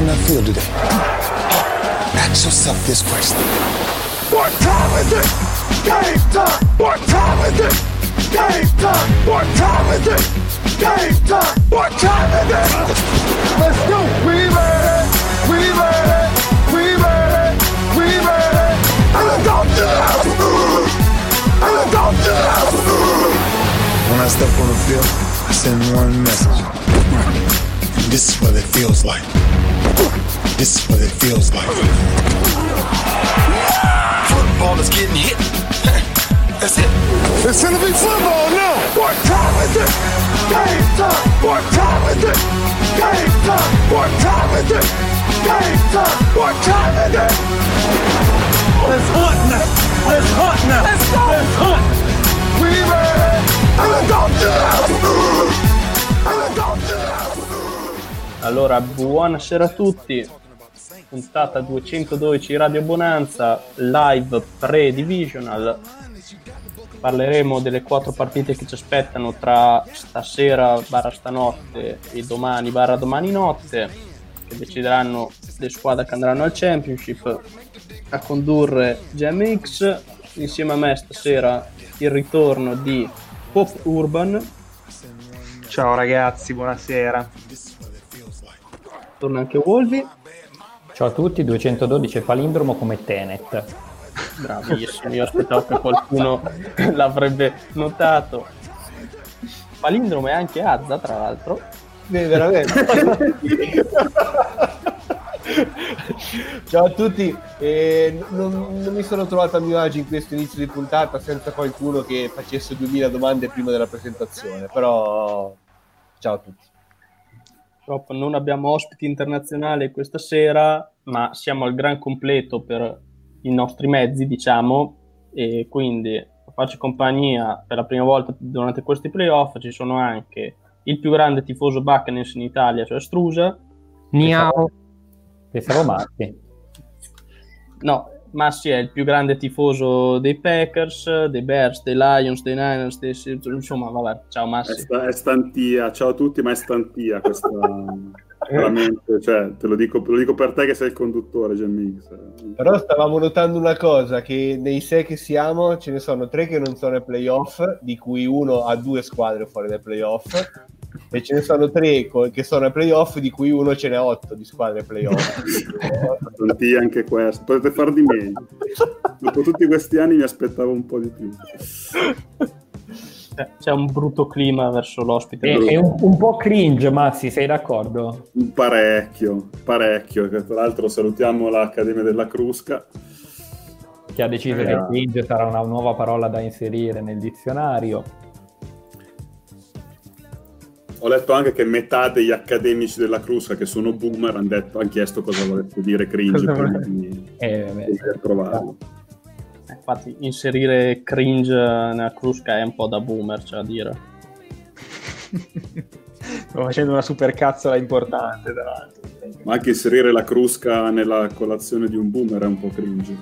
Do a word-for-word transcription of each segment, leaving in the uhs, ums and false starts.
on that field today? Ask yourself this question. What time is it? Game time! What time is it? Game time! What time is it? Game time! What time is it? Let's go! We made it! We made it! We made it! We made it! And let's go to the house! And let's go to the house! When I step on the field, I send one message. This is what it feels like. This is what it feels like. Football is getting hit. That's it. It's gonna be football now. What time is it? Game time. What time is it? Game time. What time is it? Game time. What time is it? Let's hunt now. Let's hunt now. Let's go. Let's hunt. We made it. And let's go to the house. And let's go to the house. Allora, buonasera a tutti, puntata duecentododici Radio Bonanza, live pre-divisional. Parleremo delle quattro partite che ci aspettano tra stasera barra stanotte e domani barra domani notte, che decideranno le squadre che andranno al Championship. A condurre G M X, insieme a me stasera il ritorno di Pop Urban. Ciao ragazzi, buonasera. Torna anche Wolvi. Ciao a tutti, duecentododici palindromo come Tenet. Bravissimo, io aspettavo che qualcuno l'avrebbe notato. Palindromo è anche Azza, tra l'altro. Beh, veramente. Ciao a tutti, eh, non, non mi sono trovato a mio agio in questo inizio di puntata senza qualcuno che facesse duemila domande prima della presentazione, però ciao a tutti. Purtroppo non abbiamo ospiti internazionali questa sera, ma siamo al gran completo per i nostri mezzi, diciamo, e quindi a farci compagnia per la prima volta durante questi playoff ci sono anche il più grande tifoso Buccaneers in Italia, cioè Strusa. Miau. Pensavo Massi. No, Massi è il più grande tifoso dei Packers, dei Bears, dei Lions, dei Niners, dei... insomma, vabbè, ciao Massi. È, sta, è stantia, ciao a tutti, ma è stantia questa, veramente, cioè, te lo dico, te lo dico per te che sei il conduttore, Gemmix. Però stavamo notando una cosa, che nei sei che siamo ce ne sono tre che non sono ai playoff, di cui uno ha due squadre fuori dai playoff, e ce ne sono tre che sono ai playoff, di cui uno ce n'è otto di squadre playoff. Stantia anche questo, potete far di meglio. Dopo tutti questi anni mi aspettavo un po' di più. C'è un brutto clima verso l'ospite. È, è un, un po' cringe, Massi, sei d'accordo? Parecchio, parecchio. Tra l'altro salutiamo l'Accademia della Crusca, che ha deciso eh. che cringe sarà una nuova parola da inserire nel dizionario. Ho letto anche che metà degli accademici della Crusca, che sono boomer, hanno detto, hanno chiesto cosa volesse dire cringe prima di eh, trovarlo. Infatti inserire cringe nella Crusca è un po' da boomer, cioè a dire. Sto facendo una supercazzola importante, tra l'altro. Ma anche inserire la Crusca nella colazione di un boomer è un po' cringe.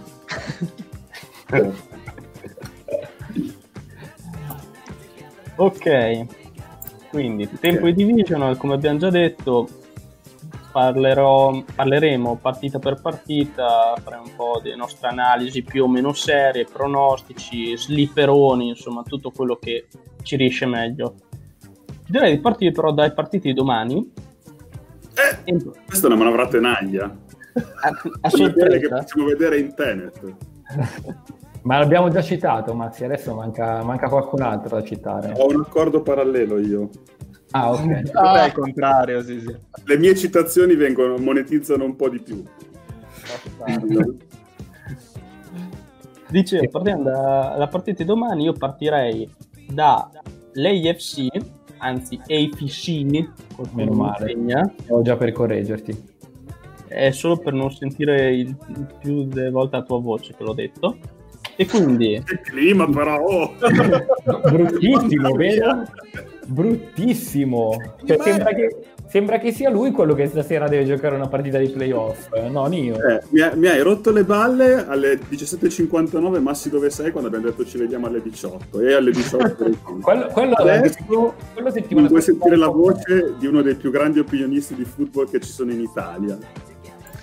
Ok, quindi tempo di divisional, come abbiamo già detto, parlerò, parleremo partita per partita, faremo un po' delle nostre analisi più o meno serie, pronostici, slipperoni, insomma tutto quello che ci riesce meglio. Direi di partire però dai partiti di domani. Eh, e... questa è una manovra tenaglia. A, a sorpresa. Che possiamo vedere in Tenet. Ma l'abbiamo già citato, Massi, adesso manca, manca qualcun altro da citare. Ho un accordo parallelo io. Ah, ok. Ah, il contrario, sì, sì. Le mie citazioni vengono, monetizzano un po' di più. Dicevo, partiamo dalla partita di domani, io partirei dall'A F C, anzi A F C, meno male, stavo già per correggerti. È solo per non sentire il, il più delle volte la tua voce che l'ho detto. E quindi che clima però, oh. Bruttissimo, vero? Bruttissimo, cioè, sembra, che, sembra che sia lui quello che stasera deve giocare una partita di playoff, non io. Eh, mi, ha, mi hai rotto le balle alle diciassette e cinquantanove. Massi, dove sei? Quando abbiamo detto ci vediamo alle diciotto, e alle diciotto quello, quello adesso quello settimana vuoi sentire la voce di uno dei più grandi opinionisti di football che ci sono in Italia.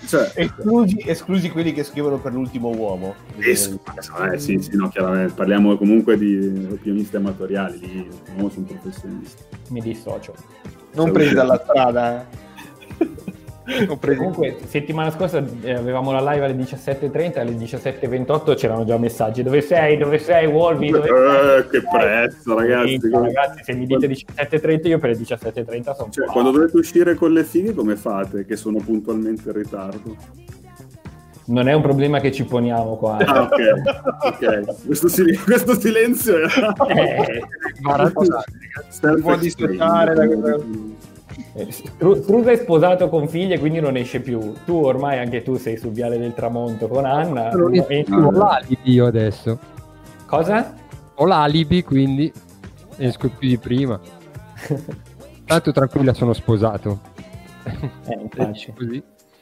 Cioè, esclusi, esclusi quelli che scrivono per l'ultimo uomo. es- eh, sì, sì, no, chiaramente parliamo comunque di opinionisti amatoriali, lì no, sono professionisti. Mi dissocio. Non presi dalla strada, eh. Non presi. Comunque, settimana scorsa eh, avevamo la live alle diciassette e trenta, alle diciassette e ventotto c'erano già messaggi. Dove sei? Dove sei, Wolvi? Dove sei? Eh, che prezzo, ragazzi. Sì, ragazzi, se mi dite diciassette e trenta, io per le diciassette e trenta sono Cioè, qua. quando dovete uscire con le fighe, come fate? Che sono puntualmente in ritardo. Non è un problema che ci poniamo qua. Ah, ok, ok. Questo, sil- questo silenzio era... Eh, Non può dissociare da quello. eh, Stru- Struzza è sposato con figlie, quindi non esce più. Tu ormai anche tu sei sul viale del tramonto con Anna. Non E- esco, ho l'alibi io adesso. Cosa? Ho l'alibi, quindi esco più di prima. Tanto tranquilla, sono sposato. Eh, infatti. Così.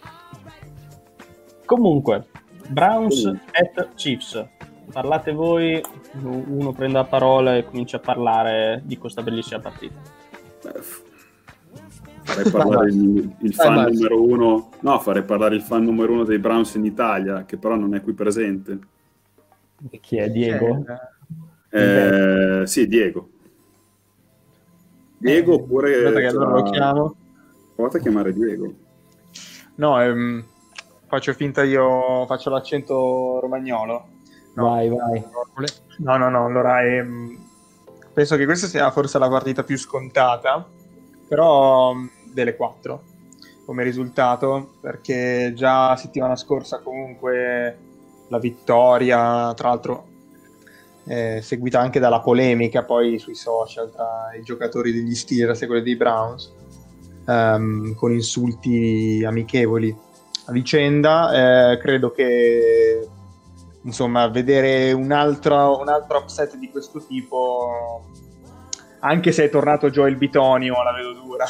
Comunque, Browns at Chiefs. Parlate voi, uno prende la parola e comincia a parlare di questa bellissima partita. Beh, f- farei parlare il, il fan Vai, numero uno, no, farei parlare il fan numero uno dei Browns in Italia, che però non è qui presente. Chi è Diego? Eh, sì, Diego. Diego oppure... Aspetta che allora lo c'era- chiamo. Provate a chiamare Diego. No, ehm, faccio finta io, faccio l'accento romagnolo. No. Vai, vai. No, no, no, allora ehm, penso che questa sia forse la partita più scontata, però mh, delle quattro come risultato, perché già settimana scorsa comunque la vittoria, tra l'altro eh, seguita anche dalla polemica poi sui social tra i giocatori degli Steelers e quelli dei Browns, ehm, con insulti amichevoli a vicenda, eh, credo che insomma vedere un altro, un altro upset di questo tipo, anche se è tornato Joel Bitonio, la vedo dura.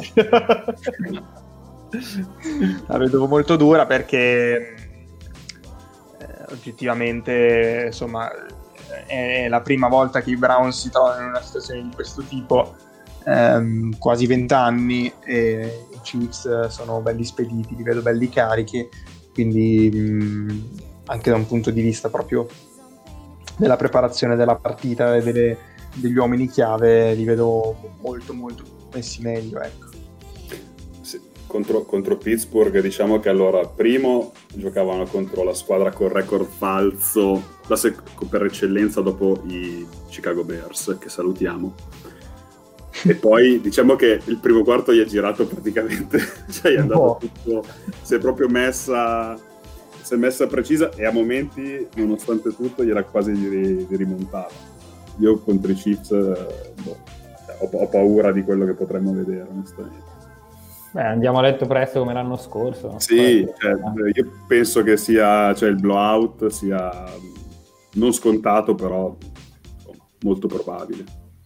La vedo molto dura perché eh, oggettivamente insomma è la prima volta che i Browns si trovano in una situazione di questo tipo, ehm, quasi vent'anni, e i Chiefs sono belli spediti, li vedo belli carichi, quindi mh, anche da un punto di vista proprio della preparazione della partita e delle, degli uomini chiave li vedo molto molto messi meglio, ecco. Sì, contro, contro Pittsburgh, diciamo che allora primo giocavano contro la squadra con record falso, la sec- per eccellenza dopo i Chicago Bears, che salutiamo. E poi diciamo che il primo quarto gli è girato praticamente, cioè è andato Oh. tutto, si è proprio messa, si è messa precisa, e a momenti, nonostante tutto, gli era quasi di, di rimontare. Io contro i Chiefs eh, boh, ho, ho paura di quello che potremmo vedere, onestamente. Beh, andiamo a letto presto come l'anno scorso. Sì, Poi- cioè, io penso che sia, cioè, il blowout sia non scontato, però insomma, molto probabile.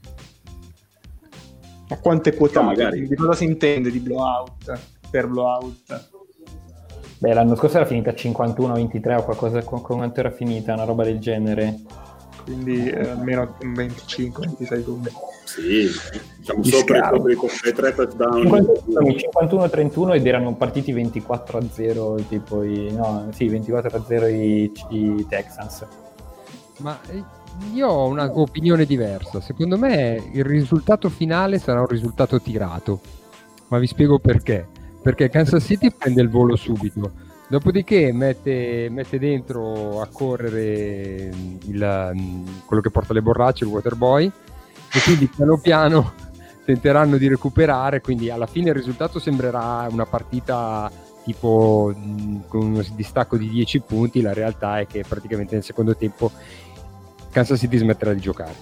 A quante quotate? No, magari. Di cosa si intende di blowout? Per blowout? Beh, l'anno scorso era finita cinquantuno a ventitré o qualcosa, con, con quanto era finita, una roba del genere. Quindi eh, almeno un venticinque ventisei punti. Sì, diciamo Gli sopra, scavi. sopra i, i tre touchdown. cinquantuno a trentuno ed erano partiti ventiquattro a zero, tipo i, no, sì, ventiquattro a zero i, i Texans. Ma eh, io ho una opinione diversa. Secondo me il risultato finale sarà un risultato tirato. Ma vi spiego perché. Perché Kansas City prende il volo subito. Dopodiché mette, mette dentro a correre il, quello che porta le borracce, il waterboy, e quindi piano piano tenteranno di recuperare, quindi alla fine il risultato sembrerà una partita tipo mh, con un distacco di dieci punti. La realtà è che praticamente nel secondo tempo Kansas City smetterà di giocare.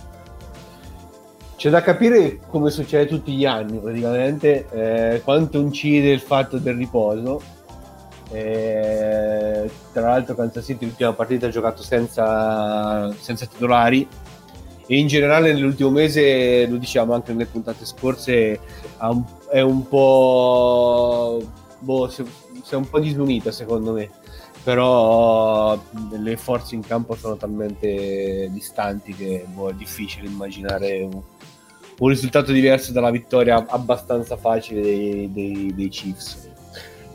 C'è da capire, come succede tutti gli anni praticamente, eh, quanto incide il fatto del riposo. Eh, tra l'altro Kansas City l'ultima partita ha giocato senza, senza titolari, e in generale nell'ultimo mese, lo diciamo anche nelle puntate scorse, ha un, è un po' boh, si, si è un po' disunita secondo me, però le forze in campo sono talmente distanti che boh, è difficile immaginare un, un risultato diverso dalla vittoria abbastanza facile dei, dei, dei Chiefs.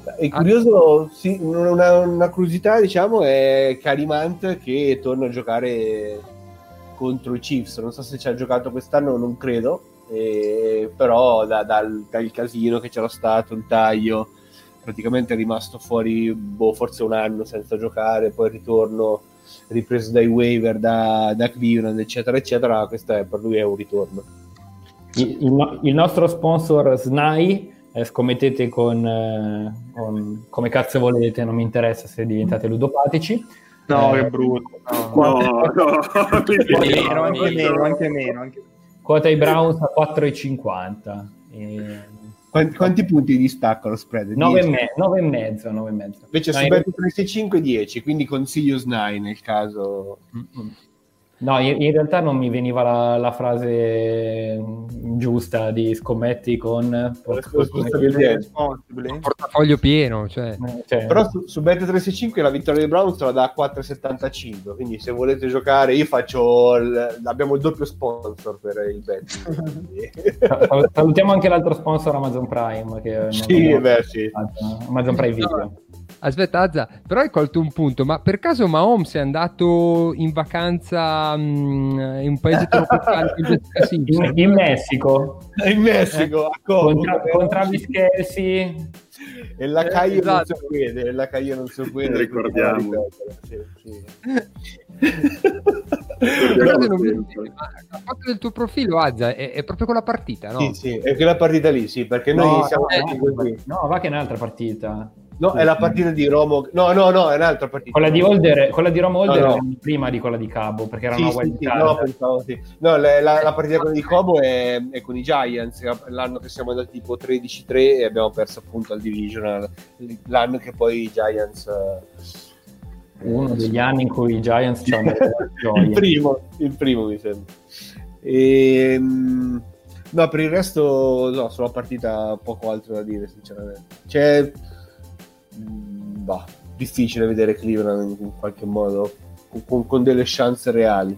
È curioso, sì, una, una curiosità diciamo è Kareem Hunt che torna a giocare contro i Chiefs, non so se ci ha giocato quest'anno, non credo, eh, però da, dal, dal casino che c'era stato, il taglio, praticamente è rimasto fuori boh, forse un anno senza giocare, poi il ritorno ripreso dai waiver da, da Cleveland eccetera eccetera, questo è, per lui è un ritorno. Il, il, il nostro sponsor S N A I, eh, scommettete con, eh, con come cazzo volete, non mi interessa se diventate ludopatici. No, eh, che brutto. No, No, no, anche meno, anche meno, anche meno. Anche... Quota ai Browns a quattro virgola cinquanta. E... Quanti, quanti punti di distacco lo spread? nove e mezzo, nove e mezzo. Invece no, su in... Bet trecentosessantacinque dieci, quindi consiglio S N A I nel caso. Mm-hmm. No, in, in realtà non mi veniva la, la frase giusta di scommetti con portafoglio pieno, cioè. cioè. Però su, su Bet trecentosessantacinque la vittoria dei Browns la dà a quattro virgola settantacinque, quindi se volete giocare io faccio il, abbiamo il doppio sponsor per il bet. Salutiamo anche l'altro sponsor Amazon Prime che sì, beh, sì. Amazon Prime Video. Aspetta Azza, però hai colto un punto, ma per caso Mahomes è andato in vacanza mh, in un paese tropicale in, in Messico in Messico a Como, con, tra, con Travis Kelce e la Caio eh, esatto. non so vede la Caio non so vede ricordiamo sì, sì. Però se non mi ma la foto del tuo profilo Azza è, è proprio quella partita, no? Sì, sì, è quella partita lì, sì, perché noi no, siamo eh, così. No, va che è un'altra partita. No, è la partita di Romo. No, no, no, è un'altra partita. Quella di Holder, quella di Romo Holder no, no. era prima di quella di Cabo, perché era sì, una sì, wild sì, card. no, pensavo, sì. No, la, la, la partita di Cobo è, è con i Giants, l'anno che siamo andati tipo tredici tre e abbiamo perso appunto al Divisional, l'anno che poi i Giants... Uno degli anni in cui i Giants ci hanno il primo, il primo mi sembra. E, no, per il resto no, sulla partita poco altro da dire sinceramente. C'è bah, difficile vedere Cleveland in, in qualche modo con, con delle chance reali.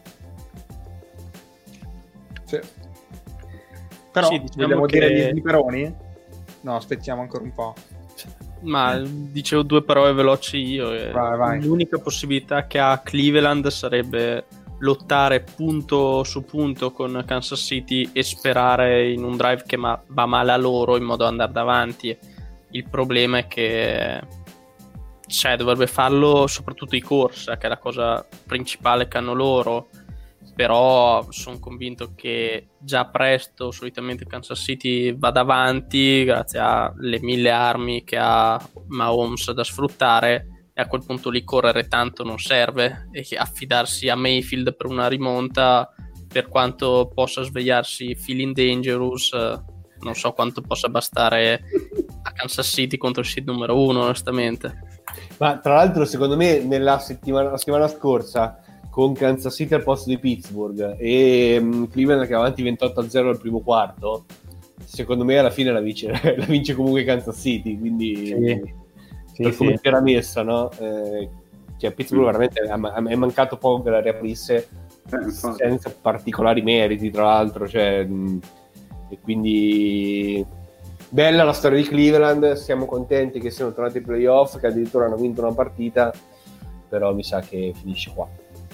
Sì. Però sì, diciamo vogliamo che... dire gli sliperoni? No, aspettiamo ancora un po'. Ma dicevo due parole veloci io. E vai, vai. L'unica possibilità che ha Cleveland sarebbe lottare punto su punto con Kansas City e sperare in un drive che ma- va male a loro in modo da andare davanti. Il problema è che cioè, dovrebbe farlo soprattutto i corsa, che è la cosa principale che hanno loro. Però sono convinto che già presto solitamente Kansas City va davanti grazie alle mille armi che ha Mahomes da sfruttare, e a quel punto lì correre tanto non serve, e affidarsi a Mayfield per una rimonta, per quanto possa svegliarsi feeling dangerous, non so quanto possa bastare a Kansas City contro il seed numero uno, onestamente. Ma tra l'altro secondo me nella settimana, la settimana scorsa con Kansas City al posto di Pittsburgh e um, Cleveland che è avanti ventotto a zero al primo quarto, secondo me alla fine la vince, la vince comunque Kansas City, quindi sì. Sì, per come sì. si era messa, no? Eh, cioè Pittsburgh mm. veramente è mancato poco che la riaprisse eh, senza particolari meriti tra l'altro, cioè, mh, e quindi bella la storia di Cleveland, siamo contenti che siano tornati ai playoff, che addirittura hanno vinto una partita, però mi sa che finisce qua.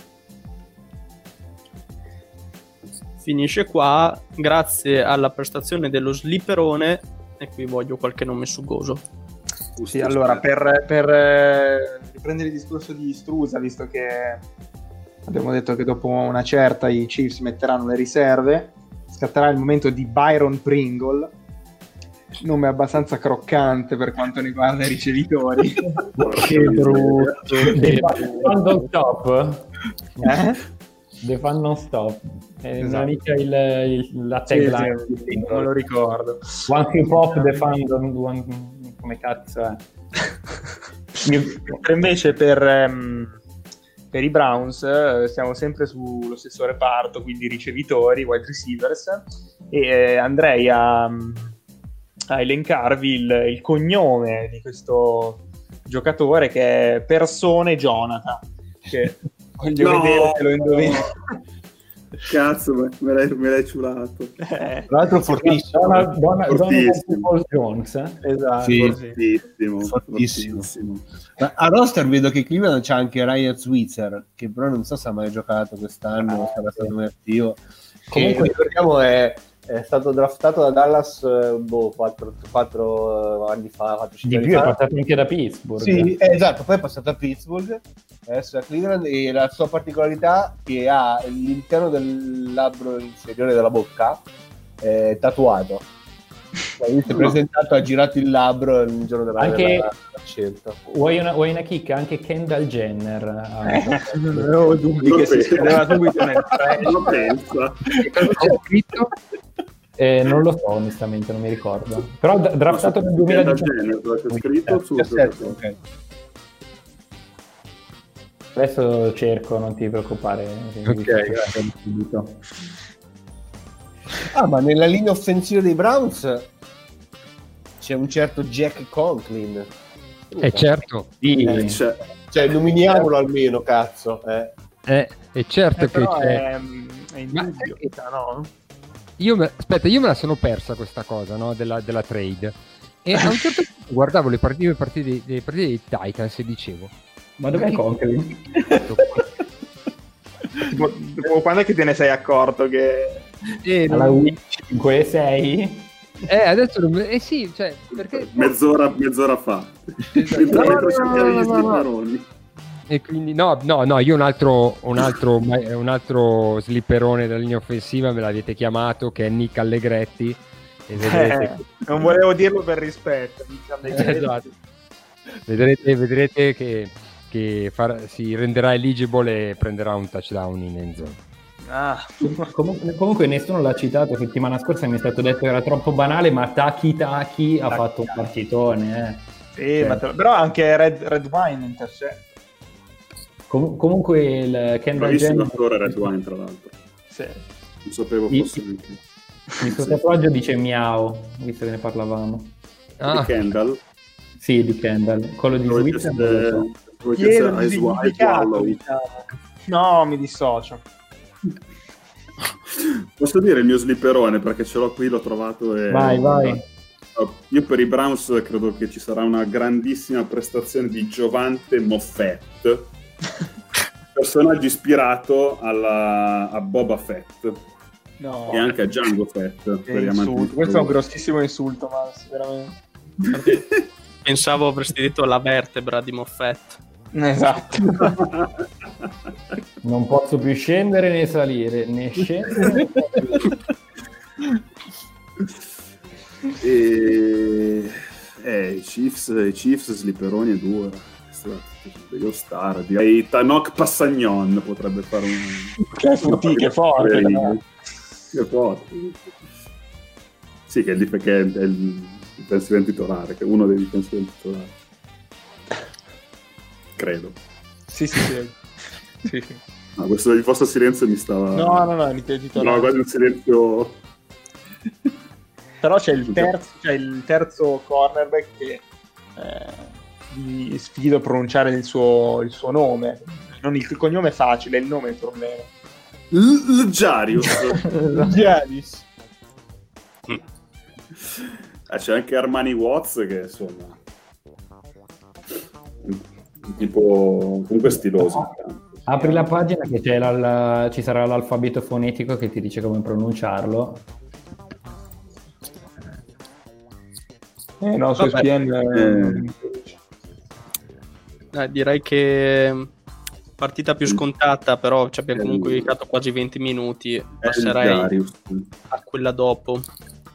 Finisce qua grazie alla prestazione dello slipperone, e qui voglio qualche nome sugoso. Sì, allora per, per eh, riprendere il discorso di Strusa, visto che abbiamo detto che dopo una certa i Chiefs metteranno le riserve, scatterà il momento di Byron Pringle, nome abbastanza croccante per quanto riguarda i ricevitori. Che brutto. The Fan Non Stop. Eh? The Fan Non Stop. È Esatto. mica il, il, la tagline. Sì, sì, non me lo ricordo. One Hip Hop, The Fan Don't One... Come cazzo è? Mentre invece per, um, per i Browns eh, siamo sempre sullo stesso reparto, quindi ricevitori, wide receivers, e eh, andrei a, a elencarvi il, il cognome di questo giocatore, che è Persone Jonathan, che voglio No! vedere se lo indovina. Cazzo, me me l'hai, me l'hai ciulato. Eh, Tra l'altro fortissimo. Donna, donna, Fortissimo. Paul Jones, eh? esatto. Sì. Fortissimo, Fortissimo. fortissimo. Ma a roster vedo che Cleveland c'è anche Ryan Switzer, che però non so se ha mai giocato quest'anno, se era stato mai attivo. Comunque ricordiamo è, è stato draftato da Dallas eh, boh, quattro anni fa, quattro Di cinque più è anni fa. passato anche da Pittsburgh. Sì, eh, esatto, poi è passato a Pittsburgh, adesso è a Cleveland, e la sua particolarità è che ha l'interno del labbro inferiore della bocca eh, tatuato. Cioè, lui si è presentato, ha girato il labbro il giorno della, Anche- della, della scelta. Vuoi una, vuoi una chicca? Anche Kendall Jenner. ha- Eh, non avevo dubbi Non che si penso. schedeva subito nel trash. Non pensa. C'è scritto? Eh, non lo so, onestamente, non mi ricordo. Però d- draftato nel duemiladiciotto. C'è scritto su Aspetta, ok. Adesso cerco, non ti preoccupare. Ok, grazie. Ah, ma nella linea offensiva dei Browns c'è un certo Jack Conklin. Eh certo, Sì, Eh, c'è. Cioè, nominiamolo almeno, cazzo. Eh. eh, è certo Eh, che però c'è. è, è in Ma- dubbio, no? Io me... Aspetta, io me la sono persa questa cosa, no? della, della trade. E a un certo punto guardavo le partite, le partite, dei, le partite dei Titans e dicevo: ma dov'è Conklin? Tipo, tipo, quando è che te ne sei accorto che... eh, Alla non- Wii cinque sei? eh, adesso non me- eh sì, cioè, perché Mezz'ora, mezz'ora fa. Esatto. Mentre No, no, mentre no, cercavi no, gli no, no. slipperoni. e quindi no, no, no, io un altro un altro un altro slipperone della linea offensiva me l'avete chiamato, che è Nick Allegretti, e vedrete, Eh, non volevo dirlo per rispetto. diciamo, esatto. vedrete, vedrete che, che far- si renderà eligible e prenderà un touchdown in end zone. Ah, Comunque, comunque nessuno l'ha citato. Settimana scorsa mi è stato detto che era troppo banale, ma Taki Taki ha fatto un partitone. Eh. sì, ma te- però anche Red, Red Wine intercetta. Com- comunque il Kendall Bravissimo Jenner, attore Red Wine, tra l'altro. Sì. Non sapevo I- fosse anche il suo tatuaggio dice miau, visto che ne parlavamo. Ah, di Kendall. Sì, di Kendall. Quello di Dove Switzer non lo so. c'è- dove c'è Chiedo Ice di Wa- Ice significato, Wallow. diciamo. No, mi dissocio. Posso dire il mio slipperone, perché ce l'ho qui, l'ho trovato e... Vai, vai. Io per i Browns credo che ci sarà una grandissima prestazione di Giovante Moffett, personaggio ispirato alla, a Boba Fett No, e anche a Django Fett. che per gli amanti insulto. di Questo è un Star Wars. grossissimo insulto, ma veramente. Pensavo avresti detto la vertebra di Moffett. Esatto. Non posso più scendere né salire, né scendere né salire. E... Eh, i Chiefs, i Chiefs slipperoni è dura. Devo stare. Direi Tanok Passagnon potrebbe fare un... Che forti, che forte. no? Che forte. Sì, che è il, dif- che è il difensore titolare, che è uno dei difensori titolari. Credo. Sì, sì, sì. Sì, sì. No, questo il vostro silenzio mi stava... No, no, no, è titolare. No, quasi un silenzio... Però c'è il terzo, c'è il terzo cornerback che eh, vi sfido a pronunciare il suo, il suo nome. Non il, il cognome è facile, è il nome è il problema. L- Jarius. Giannis. Ah, c'è anche Armani Watts che insomma... un tipo comunque stiloso. Apri la pagina che c'è la- la- ci sarà l'alfabeto fonetico che ti dice come pronunciarlo. Eh no, su Vabbè. S P N... Eh, direi che partita più scontata, però ci abbiamo comunque dedicato quasi venti minuti. Passerei Jarius. a quella dopo.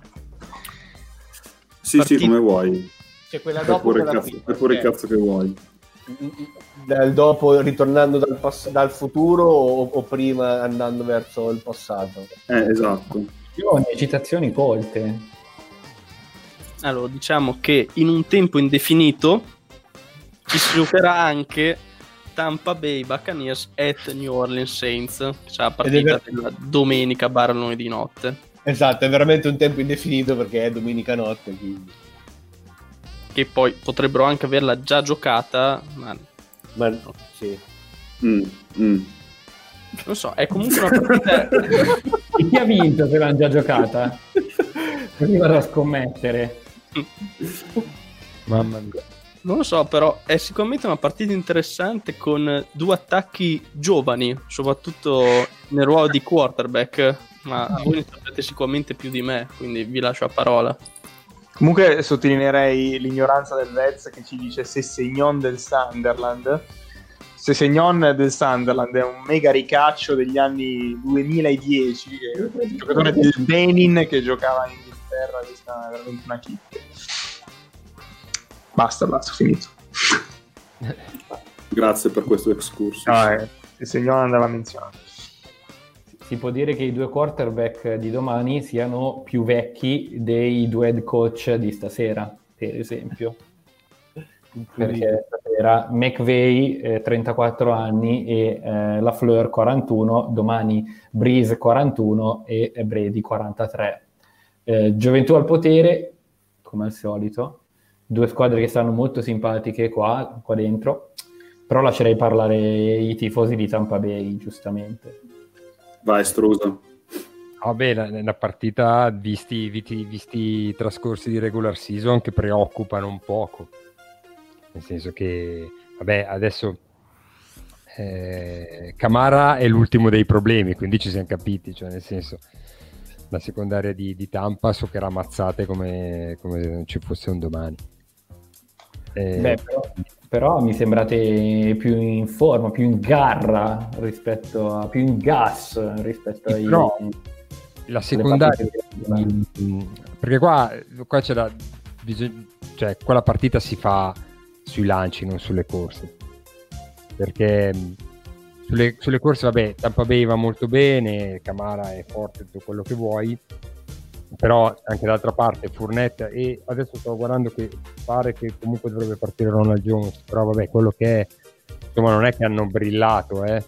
Sì, Partita- sì, come vuoi. C'è quella Fai dopo pure, il quella cazzo, prima. fai pure il Ok. cazzo che vuoi. Dal dopo ritornando dal, pass- dal futuro o, o prima andando verso il passato? Eh, esatto. Io ho le citazioni colte. Allora, diciamo che in un tempo indefinito ci si giocherà anche Tampa Bay Buccaneers at New Orleans Saints, cioè la partita ver- della domenica barra lunedì notte, Esatto, è veramente un tempo indefinito perché è domenica notte. Quindi. che poi potrebbero anche averla già giocata, ma Ma sì. Mm, mm. Non so, è comunque una partita... E chi ha vinto se l'hanno già giocata? Così vado a scommettere. Mamma mia. Non lo so, però è sicuramente una partita interessante con due attacchi giovani, soprattutto nel ruolo di quarterback, ma voi ne sapete sicuramente più di me, quindi vi lascio a parola. Comunque sottolineerei l'ignoranza del Vez che ci dice Sessegnon del Sunderland. Sessegnon del Sunderland è un mega ricaccio degli anni duemiladieci, che è un giocatore del Benin che giocava in Inghilterra, questa è veramente una chicca. Basta, basta, finito. Grazie per questo excursus. No, eh, Sessegnon andava menzionato. Si può dire che i due quarterback di domani siano più vecchi dei due head coach di stasera, per esempio. Perché stasera McVay eh, trentaquattro anni e eh, LaFleur quarantuno, domani Breeze quarantuno e Brady quarantatré. Eh, gioventù al potere, come al solito. Due squadre che stanno molto simpatiche qua, qua dentro, però lascerei parlare i tifosi di Tampa Bay, giustamente. Vai, Strusa. Vabbè, la, la partita, visti, visti, visti i trascorsi di regular season, che preoccupano un poco. Nel senso che, vabbè, adesso eh, Camara è l'ultimo dei problemi, quindi ci siamo capiti, cioè nel senso, la secondaria di, di Tampa so che era ammazzate come, come se non ci fosse un domani. Eh, Beh, però, però mi sembrate più in forma, più in garra rispetto a più in gas rispetto ai però la secondaria, perché qua, qua c'è da bisogna, cioè quella partita si fa sui lanci, non sulle corse, perché sulle, sulle corse vabbè Tampa Bay va molto bene, Camara è forte, tutto quello che vuoi, però anche dall'altra parte Fournette, e adesso sto guardando che pare che comunque dovrebbe partire Ronald Jones, però vabbè, quello che è, insomma, non è che hanno brillato, eh.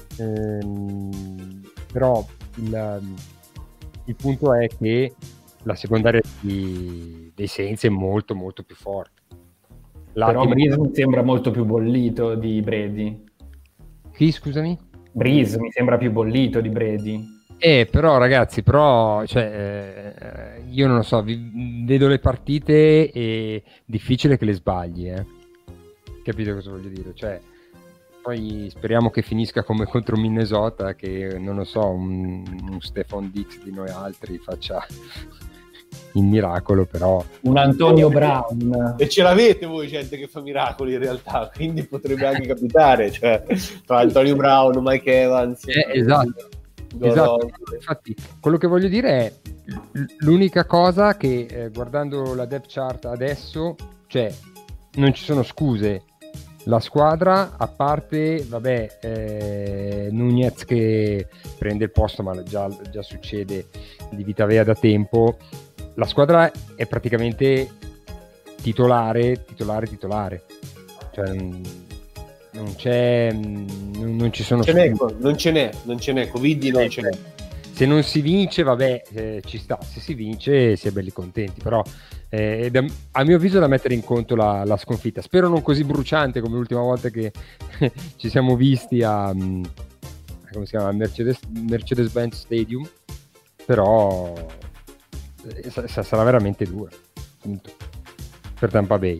Ehm, però il, il punto è che la secondaria di, dei Saints è molto molto più forte. Però L'attimo... Breeze mi sembra molto più bollito di Brady. Chi, scusami? Breeze mi sembra più bollito di Brady. Eh, però ragazzi, però cioè, eh, io non lo so, vi, vedo le partite e difficile che le sbagli, eh. Capite cosa voglio dire? Cioè, poi speriamo che finisca come contro Minnesota, che non lo so, un, un Stephon Diggs di noi altri faccia il miracolo, però un Antonio Brown. E ce l'avete voi gente che fa miracoli in realtà, quindi potrebbe anche capitare, cioè tra Antonio Brown, Mike Evans. Eh, esatto. Esatto, infatti quello che voglio dire è l'unica cosa che eh, guardando la depth chart adesso, cioè non ci sono scuse, la squadra, a parte vabbè eh, Nunez che prende il posto, ma già, già succede di Vitavea da tempo, la squadra è praticamente titolare titolare titolare, cioè non c'è, non, non ci sono ce n'è, non ce n'è, non ce n'è, Covid non eh, ce n'è. Se non si vince, vabbè, eh, ci sta, se si vince si è belli contenti, però eh, da, a mio avviso è da mettere in conto la, la sconfitta. Spero non così bruciante come l'ultima volta che ci siamo visti a, come si chiama, Mercedes, Mercedes-Benz Stadium, però eh, sarà veramente dura, appunto, per Tampa Bay.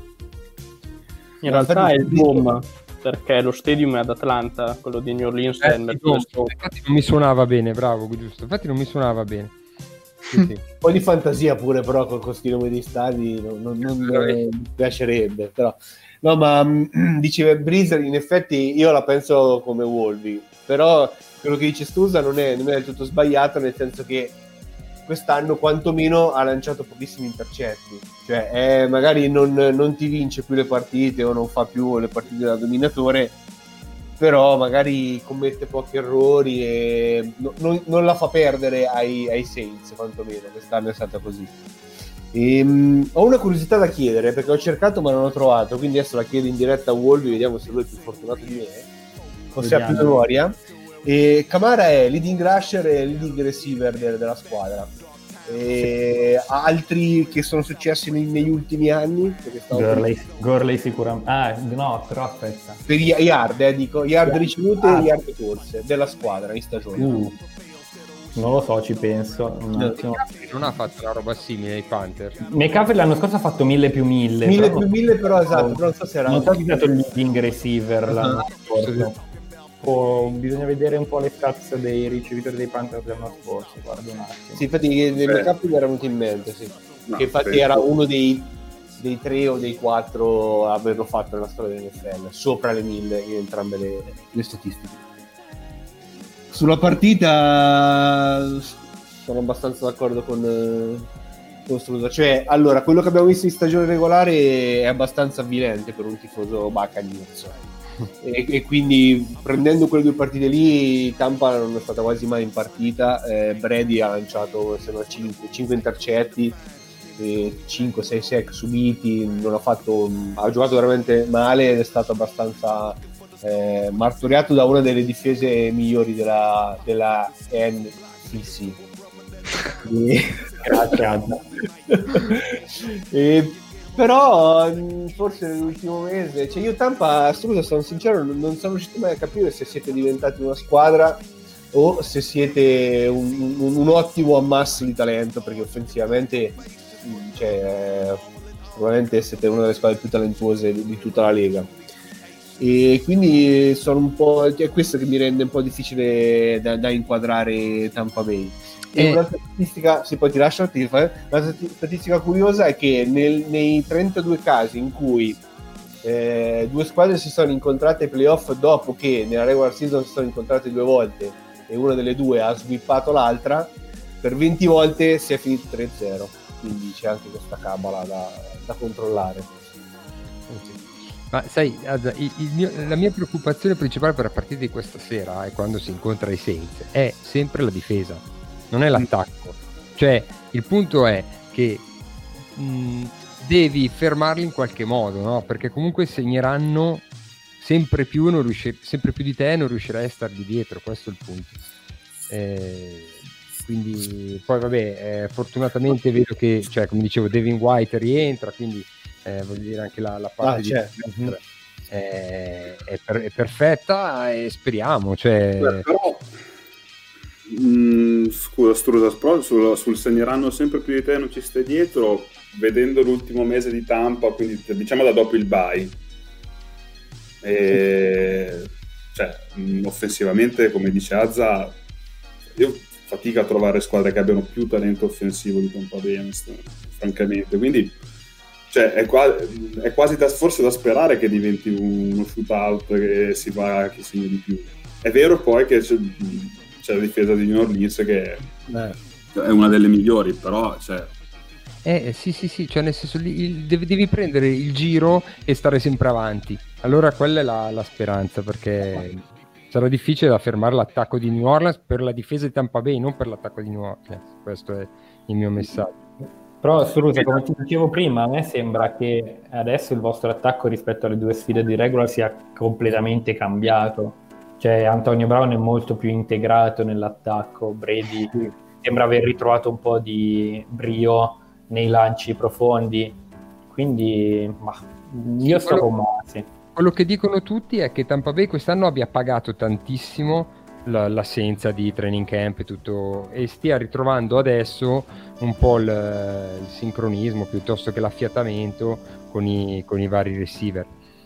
In realtà è il boom, perché lo stadium è ad Atlanta, quello di New Orleans. Eh, è il Mercedes. Infatti non mi suonava bene, bravo, giusto. Infatti non mi suonava bene. Sì, sì. Un po' di fantasia pure, però con questi nomi di stadi non, non, non mi piacerebbe. Però. No, ma mh, diceva Breeze, in effetti io la penso come Wolvi, però quello che dice Stusa non è, non è del tutto sbagliato, nel senso che quest'anno quantomeno ha lanciato pochissimi intercetti, cioè è, magari non, non ti vince più le partite o non fa più le partite da dominatore, però magari commette pochi errori e no, non, non la fa perdere ai, ai Saints, quantomeno quest'anno è stata così. E, um, ho una curiosità da chiedere, perché ho cercato ma non ho trovato, quindi adesso la chiedo in diretta a Wolvi, vediamo se lui è più fortunato di me o se ha più memoria. E Camara è leading rusher e leading receiver de- della squadra, e altri che sono successi nei- negli ultimi anni? Perché stavo Gurley, Gurley sicuramente. Ah, no, però aspetta. per i yard, eh, dico, yard ricevute Ah. e yard corse della squadra in stagione. Uh, non lo so, ci penso. Un attimo. Non ha fatto una roba simile ai Panther. McCaffrey l'anno scorso ha fatto mille più mille. mille però più mille, però esatto, però non so se era non so chi è stato il leading receiver l'anno Ah, scorso. O bisogna vedere un po' le stats dei ricevitori dei Panther dell'anno scorso. Guarda un attimo. Sì, infatti dei Beh. backup mi era venuto in mente, sì. No, che infatti penso- era uno dei, dei tre o dei quattro a averlo fatto nella storia dell'N F L, sopra le mille in entrambe le, le statistiche. Sulla partita sono abbastanza d'accordo con, eh, con Strusa. Cioè, allora, quello che abbiamo visto in stagione regolare è abbastanza avvilente per un tifoso Buccaneers. E, e quindi prendendo quelle due partite lì, Tampa non è stata quasi mai in partita. eh, Brady ha lanciato se no cinque intercetti, cinque sei sack subiti, non ha fatto, ha giocato veramente male ed è stato abbastanza eh, martoriato da una delle difese migliori della, della N C C. E- Grazie, Anna. e, però mh, forse nell'ultimo mese, cioè io Tampa, scusa, sono sincero, non, non sono riuscito mai a capire se siete diventati una squadra o se siete un, un, un ottimo ammasso di talento, perché offensivamente mh, cioè, eh, probabilmente siete una delle squadre più talentuose di, di tutta la Lega. E quindi sono un po', è questo che mi rende un po' difficile da, da inquadrare Tampa Bay. E Eh. un'altra statistica, se poi ti lascio, ti fai- una statistica curiosa è che nel- nei trentadue casi in cui eh, due squadre si sono incontrate ai playoff dopo che nella regular season si sono incontrate due volte e una delle due ha swippato l'altra, per venti volte si è finito tre zero, quindi c'è anche questa cabala da, da controllare. Ma sai, Azza, il- il mio- la mia preoccupazione principale per la partita di questa sera è quando si incontra i Saints è sempre la difesa, non è l'attacco. Cioè, il punto è che mh, devi fermarli in qualche modo, no? Perché comunque segneranno sempre più, non riuscir- sempre più di te, non riuscirai a stargli dietro, questo è il punto. Eh, quindi poi vabbè, eh, fortunatamente vedo che, cioè, come dicevo, Devin White rientra, quindi eh, voglio dire anche la, la parte Ah, di certo. destra è, è, per- è perfetta e speriamo, cioè, Beh, però mh, scusa Strusa, però sul, sul segneranno sempre più di te, non ci stai dietro, vedendo l'ultimo mese di Tampa, quindi diciamo da dopo il bye, e, cioè, mh, offensivamente, come dice Azza, io fatica a trovare squadre che abbiano più talento offensivo di Tampa Bay, francamente, quindi cioè, è, qua- è quasi da, forse da sperare che diventi uno shootout, che si va a chi segna di più. È vero poi che c'è, c'è la difesa di New Orleans che è una delle migliori, però cioè, Eh sì sì sì, cioè nel senso lì il- devi, devi prendere il giro e stare sempre avanti. Allora quella è la, la speranza, perché sarà difficile da fermare l'attacco di New Orleans per la difesa di Tampa Bay, non per l'attacco di New Orleans. Questo è il mio messaggio. Però Strusa, come ti dicevo prima, a me sembra che adesso il vostro attacco rispetto alle due sfide di regular sia completamente cambiato. Cioè Antonio Brown è molto più integrato nell'attacco, Brady sembra aver ritrovato un po' di brio nei lanci profondi, quindi ma, io sto quello- con Masi. Quello che dicono tutti è che Tampa Bay quest'anno abbia pagato tantissimo la- l'assenza di training camp e tutto, e stia ritrovando adesso un po' il, il sincronismo piuttosto che l'affiatamento con i, con i vari receiver.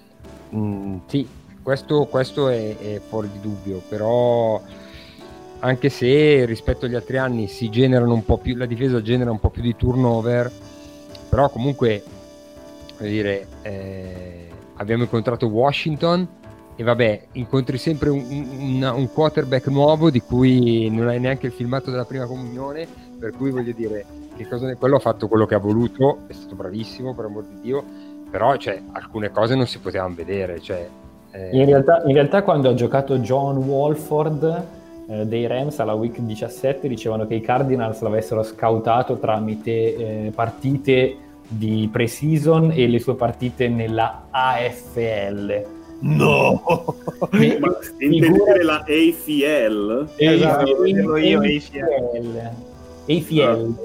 Mm, sì, questo, questo è, è fuori di dubbio, però anche se rispetto agli altri anni si generano un po' più, la difesa genera un po' più di turnover, però comunque voglio dire, eh, abbiamo incontrato Washington e vabbè, incontri sempre un, un, un quarterback nuovo di cui non hai neanche il filmato della prima comunione, per cui voglio dire, che cosa ne, quello ha fatto quello che ha voluto, è stato bravissimo per amor di Dio, però cioè, alcune cose non si potevano vedere, cioè, eh, In realtà, in realtà quando ha giocato John Wolford eh, dei Rams alla week diciassette dicevano che i Cardinals l'avessero scoutato tramite eh, partite di pre-season e le sue partite nella A F L. No! E- ma intendi dire la A F L? Esatto, A- vedevo io, A F L. A F L.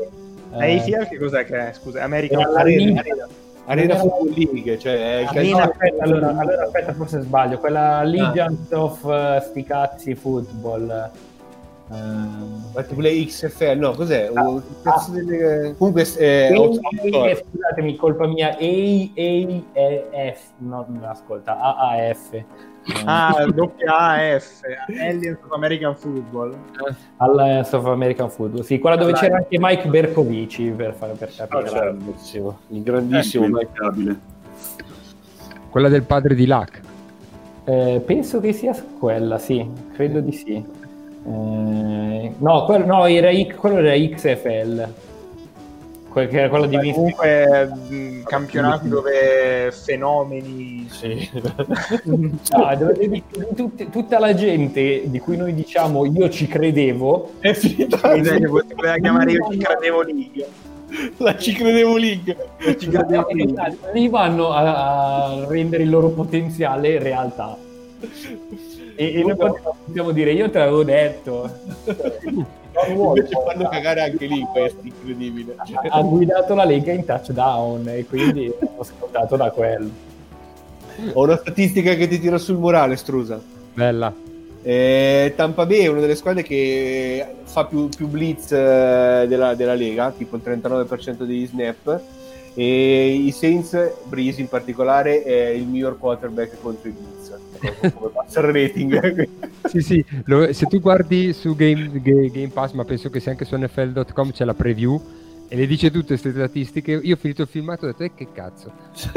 A F L che cos'è che è? Scusa, American Era la Arena. Arena. Arena Football League, cioè è il Arena, calcio- aspetta, allora, allora aspetta, forse sbaglio. Quella Legends of uh, sti cazzi football. Ehm, Ma tipo le X F L, no, cos'è? Ah, Un cazzo delle- Comunque è E- outdoor. e- scusatemi, colpa mia. A A F, no, no, ascolta, A A F. Ah, doppia A F, Alliance of American Football. Alliance of American Football, sì, quella dove Dai. c'era anche Mike Bercovici per fare per Ah, capire. certo. Grandissimo, il grandissimo Ecco, Mike. immancabile. Quella del padre di Luck. Eh, penso che sia quella, sì, credo di sì. Eh, no, quello, no, era, I- quello era X F L. Quel che era quello di Beh, Vince. comunque mh, campionati dove fenomeni Sì. No, dove vedi tutti- tutta la gente di cui noi diciamo io ci credevo, È finita che poteva chiamare io ci credevo League. la ci credevo League. Ci credevo League. esatto, lì vanno a, a rendere il loro potenziale realtà. E, e noi possiamo dire io te l'avevo detto. Invece fanno cagare anche lì questo, incredibile. Cioè, Ha guidato la Lega in touchdown e quindi ho scontato da quello. ho una statistica che ti tiro sul morale, Strusa. Bella. Eh, Tampa Bay è una delle squadre che fa più, più blitz eh, della, della Lega, tipo il trentanove per cento degli snap, e i Saints, Breeze in particolare, è il miglior quarterback contro i blitz. Come passa il rating. Sì, sì, lo- se tu guardi su Game, Ga- Game Pass, ma penso che sia anche su N F L punto com, c'è la preview e le dice tutte queste statistiche. Io ho finito il filmato e ho detto, eh, che cazzo.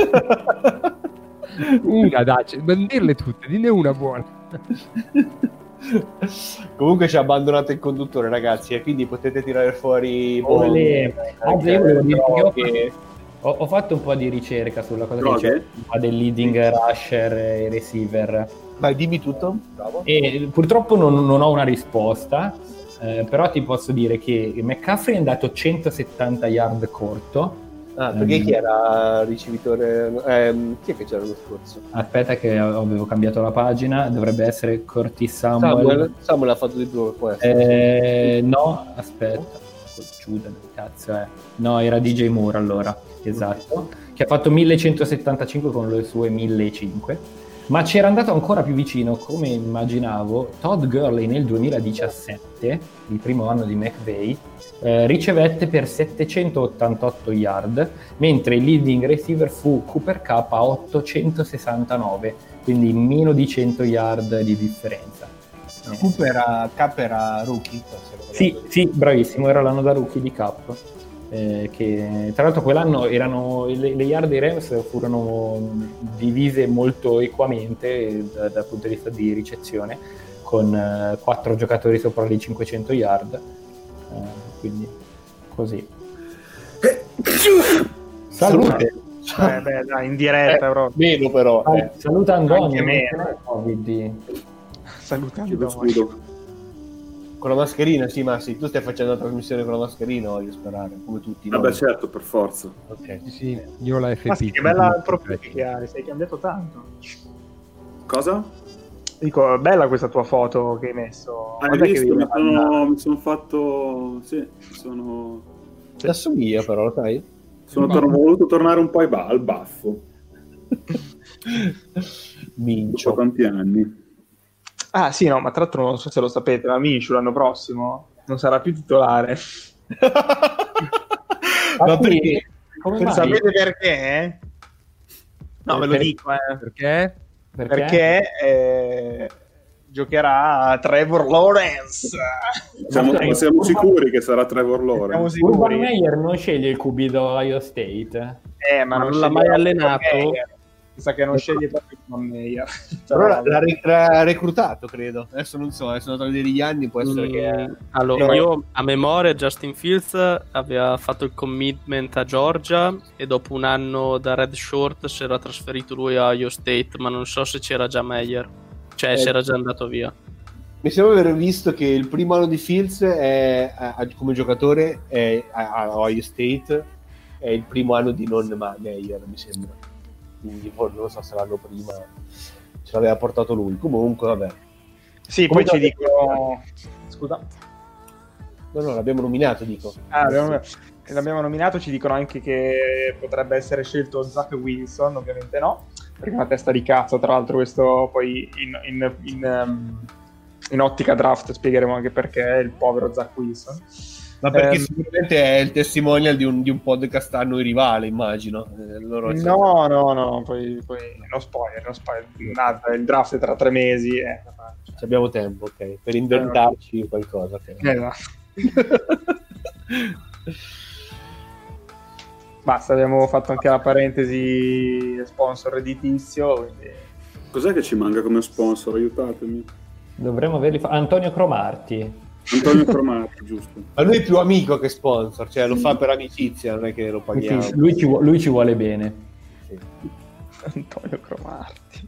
Una, dai, cioè, non dirle tutte, dinne una buona. Comunque ci ha abbandonato il conduttore, ragazzi, e quindi potete tirare fuori Ole. Anzi, io volevo dire che io- che Ho, ho fatto un po' di ricerca sulla cosa Droghe? che c'è del leading rusher e receiver. Vai, dimmi tutto. Bravo. E purtroppo non, non ho una risposta, eh, però ti posso dire che McCaffrey è andato centosettanta yard corto. Ah, perché Ehm, chi era ricevitore? Ehm, chi è che c'era lo scorso? Aspetta che avevo cambiato la pagina, dovrebbe essere Curtis Samuel. Samuel, Samuel ha fatto di più, può essere. Eh, no, aspetta, Giuda, cazzo è. No, era D J Moore allora, esatto, che ha fatto millecentosettantacinque con le sue millecinquecento. Ma c'era andato ancora più vicino, come immaginavo, Todd Gurley nel duemiladiciassette, il primo anno di McVay, eh, ricevette per settecentottantotto yard, mentre il leading receiver fu Cooper Cup a ottocentosessantanove, quindi meno di cento yard di differenza. Eh, Cooper era, Cup era rookie. Sì, sì, bravissimo, era l'anno da rookie di Cup. Eh, che tra l'altro quell'anno erano le, le yard dei Rams furono divise molto equamente da- dal punto di vista di ricezione, con eh, quattro giocatori sopra le cinquecento yard, eh, quindi così. Salute. Eh, beh, dai, in diretta, però. Meno però. Sal- eh. Saluta Antonio. Anche me. non è Covid di- Salutando. Chiedo scudo. Con la mascherina, sì, ma sì, tu stai facendo la trasmissione con la mascherina, voglio sperare, come tutti. no? Vabbè, certo, per forza. Ok. Sì, sì, io ho la F P. Ma sì, che bella il profilo che hai, sei cambiato tanto. Cosa? Dico, bella questa tua foto che hai messo. Hai Guarda che visto? vi- Mi sono, mi sono fatto... Sì, mi sono... Ti assomiglia però, lo sai? Sono tor- voluto tornare un po' ai ba- al baffo. Dopo Mincio. tanti anni. Ah sì, no, ma tra l'altro non so se lo sapete, ma Minshew l'anno prossimo non sarà più titolare. Ma Ah, sì? perché? Come Per mai? sapete perché? No, ve lo Per- dico, eh. Perché? Perché? Perché eh, giocherà Trevor Lawrence. Siamo, Ma- siamo sicuri che sarà Trevor Siamo Lawrence? sicuri. Urban Meyer non sceglie il Q B di Ohio State. Eh, ma Ma non non l'ha sceglie mai allenato? Meyer. Mi sa che non sceglie proprio Urban Meyer. Però l'ha, l'ha ri- l'ha reclutato, credo. Adesso non so, adesso sono andati a vedere gli anni, può essere Mm, che... allora, No. io a memoria Justin Fields aveva fatto il commitment a Georgia e dopo un anno da Red Short si era trasferito lui a Ohio State, ma non so se c'era già Meyer, cioè Eh, si era già andato via. Mi sembra aver visto che il primo anno di Fields è, a- a- come giocatore è, a, a Ohio State è il primo anno di non Ma- Meyer, mi sembra. Quindi poi non so se l'anno prima ce l'aveva portato lui. Comunque, vabbè. Sì, poi Comunque- ci dicono... Scusa. No, no, l'abbiamo nominato, dico. Ah, abbiamo- l'abbiamo nominato, ci dicono anche che potrebbe essere scelto Zach Wilson, ovviamente no, perché è una testa di cazzo, tra l'altro questo poi in, in, in, um, in ottica draft spiegheremo anche perché è il povero Zach Wilson. Ma perché Um, sicuramente è il testimonial di un, di un podcast a noi rivale, immagino. Eh, loro no, no, no, poi, poi no spoiler, no spoiler. Nada, il draft è tra tre mesi. Eh. Ci abbiamo tempo, ok, per inventarci qualcosa. Okay. Esatto. Basta, abbiamo fatto anche la parentesi sponsor redditizio. Quindi... Cos'è che ci manca come sponsor? Aiutatemi. Dovremmo averli fa- Antonio Cromarti. Antonio Cromarti, giusto. Ma lui è più amico che sponsor, cioè lo fa per amicizia, non è che lo paghiamo. Sì, lui, ci, vu- lui ci vuole bene. Sì. Antonio Cromarti.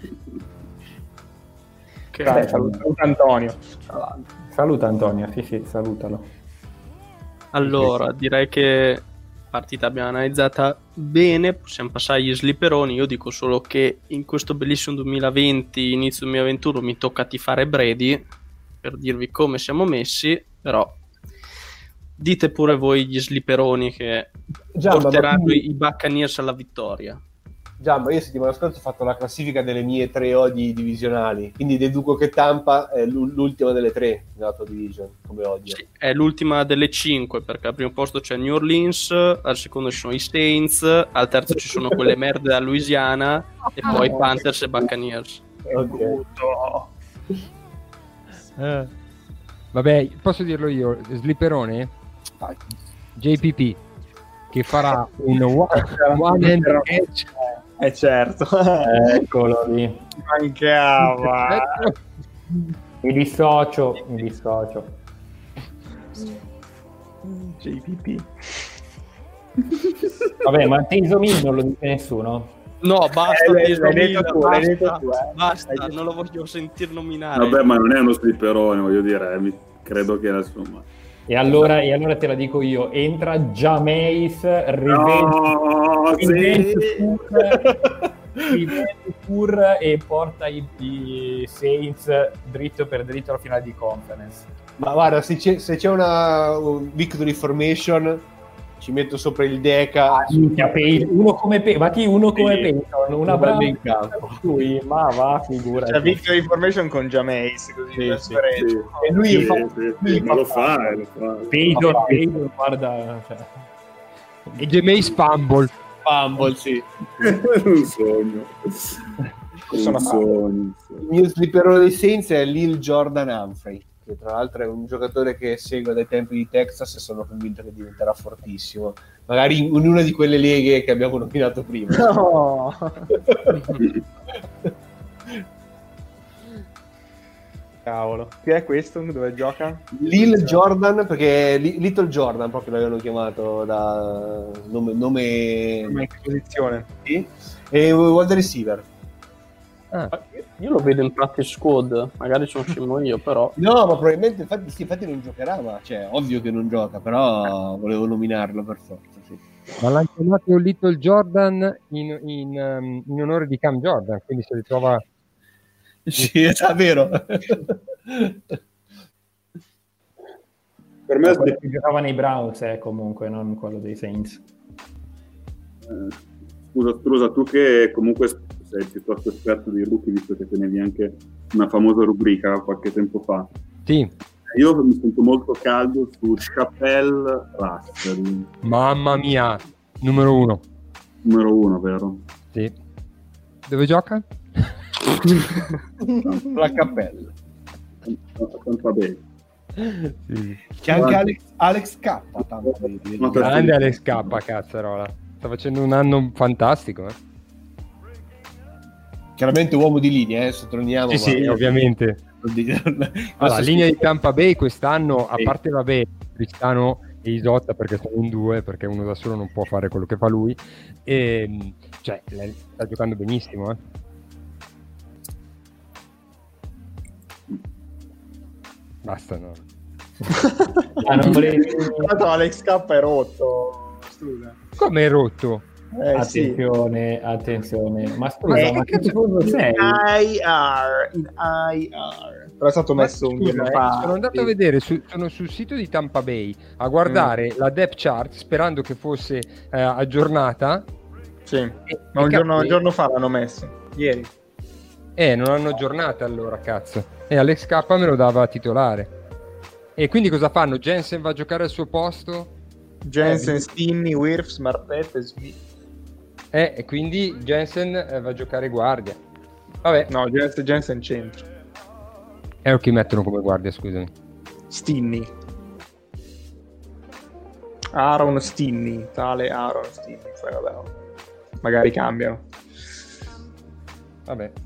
Che Dai, saluta, saluta Antonio. Saluta Antonio, sì sì, salutalo. Allora, direi che partita abbiamo analizzata bene, possiamo passare agli slipperoni. Io dico solo che in questo bellissimo duemilaventi, inizio duemilaventuno, mi tocca tifare Brady per dirvi come siamo messi, però dite pure voi gli slipperoni che Giamba, porteranno quindi... i Buccaneers alla vittoria. Giamba, io settimana scorsa ho fatto la classifica delle mie tre odi divisionali, quindi deduco che Tampa è l'ultima delle tre nella tua division, come odio. Sì, è l'ultima delle cinque, perché al primo posto c'è New Orleans, al secondo ci sono i Saints, al terzo ci sono quelle merde da Louisiana e poi Panthers e Buccaneers. Okay. Eh. Vabbè, posso dirlo io, slipperone? J P P che farà un one, one hand catch. Eh certo. Eccolo lì. Mancava. Mi dissocio, mi dissocio. J P P. Vabbè, ma Taysom Hill non lo dice nessuno? No, basta, Eh, l'hai- Taysom l'hai Hill, detto tu, l'hai detto basta, tu, eh. basta, Hai detto- non lo voglio sentir nominare. Vabbè, ma non è uno slipperone, voglio dire, eh, mi- credo che insomma... E allora, e allora te la dico io, entra Jameis, Revenge, No, Revenge sì. Tour, Revenge Tour e porta i, i Saints dritto per dritto alla finale di conference. Ma guarda, se c'è, se c'è una un victory formation, ci metto sopra il Deca. Minchia, Peyton, uno come Peyton, ma chi uno come Sì. Peyton? Una Lo brava mando in campo. lui, ma va, figura. C'è Victory Information con Jameis, così Sì, per sì, sfregio. E lui Sì, fa- sì, lui sì, fa ma lo fare. fa, eh, lo fa. Peyton, Peyton, guarda, cioè. E Jameis Fumble. Fumble, sì. un sogno. Sono Un sogno, un sogno. Il mio slipperone dei Saints è Lil Jordan Humphrey, che tra l'altro è un giocatore che seguo dai tempi di Texas e sono convinto che diventerà fortissimo. Magari in una di quelle leghe che abbiamo nominato prima. No. Cavolo. Chi è questo? Dove gioca? Lil Jordan, perché Li- Little Jordan proprio l'avevano chiamato da nome, nome... Come in che posizione? Sì. E wide receiver. Io lo vedo in practice squad, magari sono scemo io, però No, ma probabilmente infatti, sì, infatti non giocherà, ma cioè, ovvio che non gioca, però volevo nominarlo per forza, sì. Ma l'hanno chiamato Little Jordan in, in, um, in onore di Cam Jordan, quindi si ritrova... Sì, è vero. Per me è Quello che giocava nei Browns, eh, comunque, non quello dei Saints. Eh, Scusa, Strusa, tu che comunque sei piuttosto esperto di rookie, visto che tenevi anche una famosa rubrica qualche tempo fa. Sì, Io mi sento molto caldo su Chappelle Russell, mamma mia, numero uno. numero uno, vero? Sì. Dove gioca? La cappella. Tampa Bay. Sì. C'è anche Alex, Alex K. Tanto di- di- Ma- Grande Alex K, cazzarola. Sta facendo un anno fantastico, eh. Chiaramente uomo di linea, eh, sottolineiamo. Sì, sì, ma- ovviamente. Allora, la linea di Tampa Bay quest'anno, a Sì. parte vabbè, Cristiano e Isotta perché sono in due, perché uno da solo non può fare quello che fa lui, e, cioè, lei sta giocando benissimo, eh. Basta, no. Ah, non volevi... Tanto Alex K è rotto. Scusa. Come è rotto? Eh sì. Attenzione, attenzione. Ma scusa, Eh, ma che che tifoso sei? I R, in I R. però è stato messo Ma, un scusa, giorno eh, fa. sono andato sì. a vedere, su, sono sul sito di Tampa Bay a guardare la depth chart sperando che fosse eh, aggiornata. Sì, E- ma e un giorno, cazzo, un giorno fa l'hanno messo, ieri. Eh, non hanno aggiornata allora, cazzo. E Alex K me lo dava a titolare. E quindi cosa fanno? Jensen va a giocare al suo posto? Jensen, Eh, Stinney, Wirfs, Marpet e Smith. Eh, e quindi Jensen eh, va a giocare guardia. Vabbè. No, Jensen, Jensen centro. È o chi mettono come guardia, scusami. Stinney. Aaron Stinney, tale Aaron Stinney. Poi vabbè, no. Magari cambiano. Vabbè.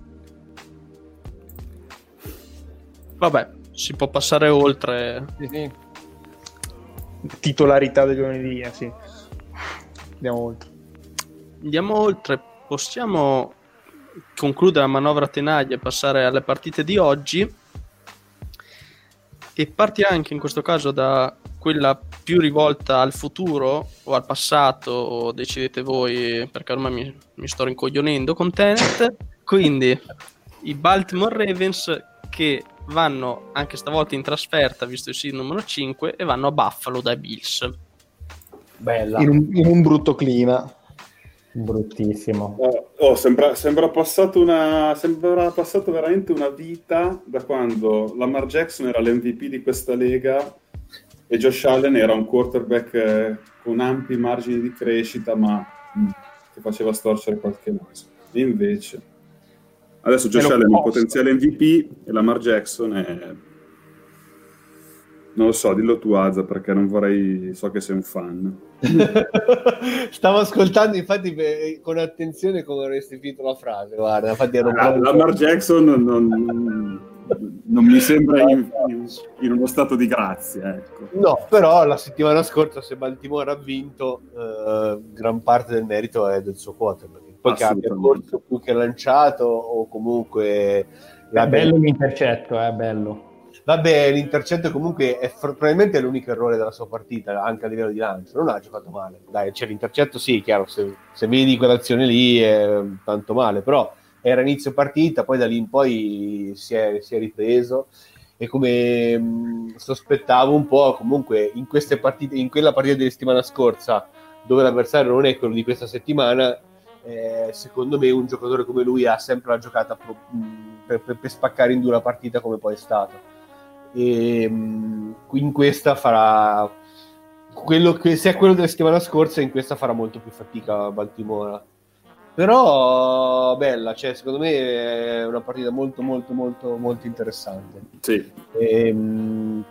Vabbè, si può passare oltre. Sì, sì. Titolarità del giovedì, eh, sì. Andiamo oltre. Andiamo oltre, possiamo concludere la manovra tenaglia e passare alle partite di oggi, e parti anche in questo caso da quella più rivolta al futuro o al passato, o decidete voi, perché ormai mi, mi sto rincoglionendo con Tenet. Quindi i Baltimore Ravens che vanno anche stavolta in trasferta, visto il seed numero cinque, e vanno a Buffalo dai Bills. Bella, In un, in un brutto clima. bruttissimo. Oh, oh, sembra, sembra passato una sembra passato veramente una vita da quando Lamar Jackson era l'M V P di questa lega e Josh Allen era un quarterback eh, con ampi margini di crescita, ma mh, che faceva storcere qualche naso. E invece adesso Josh Allen è un potenziale M V P e Lamar Jackson è... non lo so, dillo tu Azza, perché non vorrei, so che sei un fan. Stavo ascoltando infatti per- con attenzione come avresti finito la frase, guarda, infatti ero Ah, pronto. Lamar Jackson non, non mi sembra in, in- in uno stato di grazia, ecco. No, però la settimana scorsa se Baltimore ha vinto eh, gran parte del merito è del suo quarterback. Poi che abbia Assolutamente. corso più che lanciato o comunque È l'abbia- bello l'intercetto, è bello. Vabbè, l'intercetto comunque è fr- probabilmente è l'unico errore della sua partita, anche a livello di lancio. Non ha giocato male. Dai, c'è l'intercetto, sì, chiaro, se, se vedi quell'azione lì è tanto male, però era inizio partita, poi da lì in poi si è, si è ripreso e come mh, sospettavo un po', comunque in queste partite, in quella partita della settimana scorsa, dove l'avversario non è quello di questa settimana, eh, secondo me un giocatore come lui ha sempre la giocata pro- mh, per, per- per spaccare in due la partita come poi è stato. E mh, in questa farà quello che se è quello della settimana scorsa, in questa farà molto più fatica Baltimora, però bella, cioè secondo me è una partita molto molto molto molto interessante. Sì, E, mh,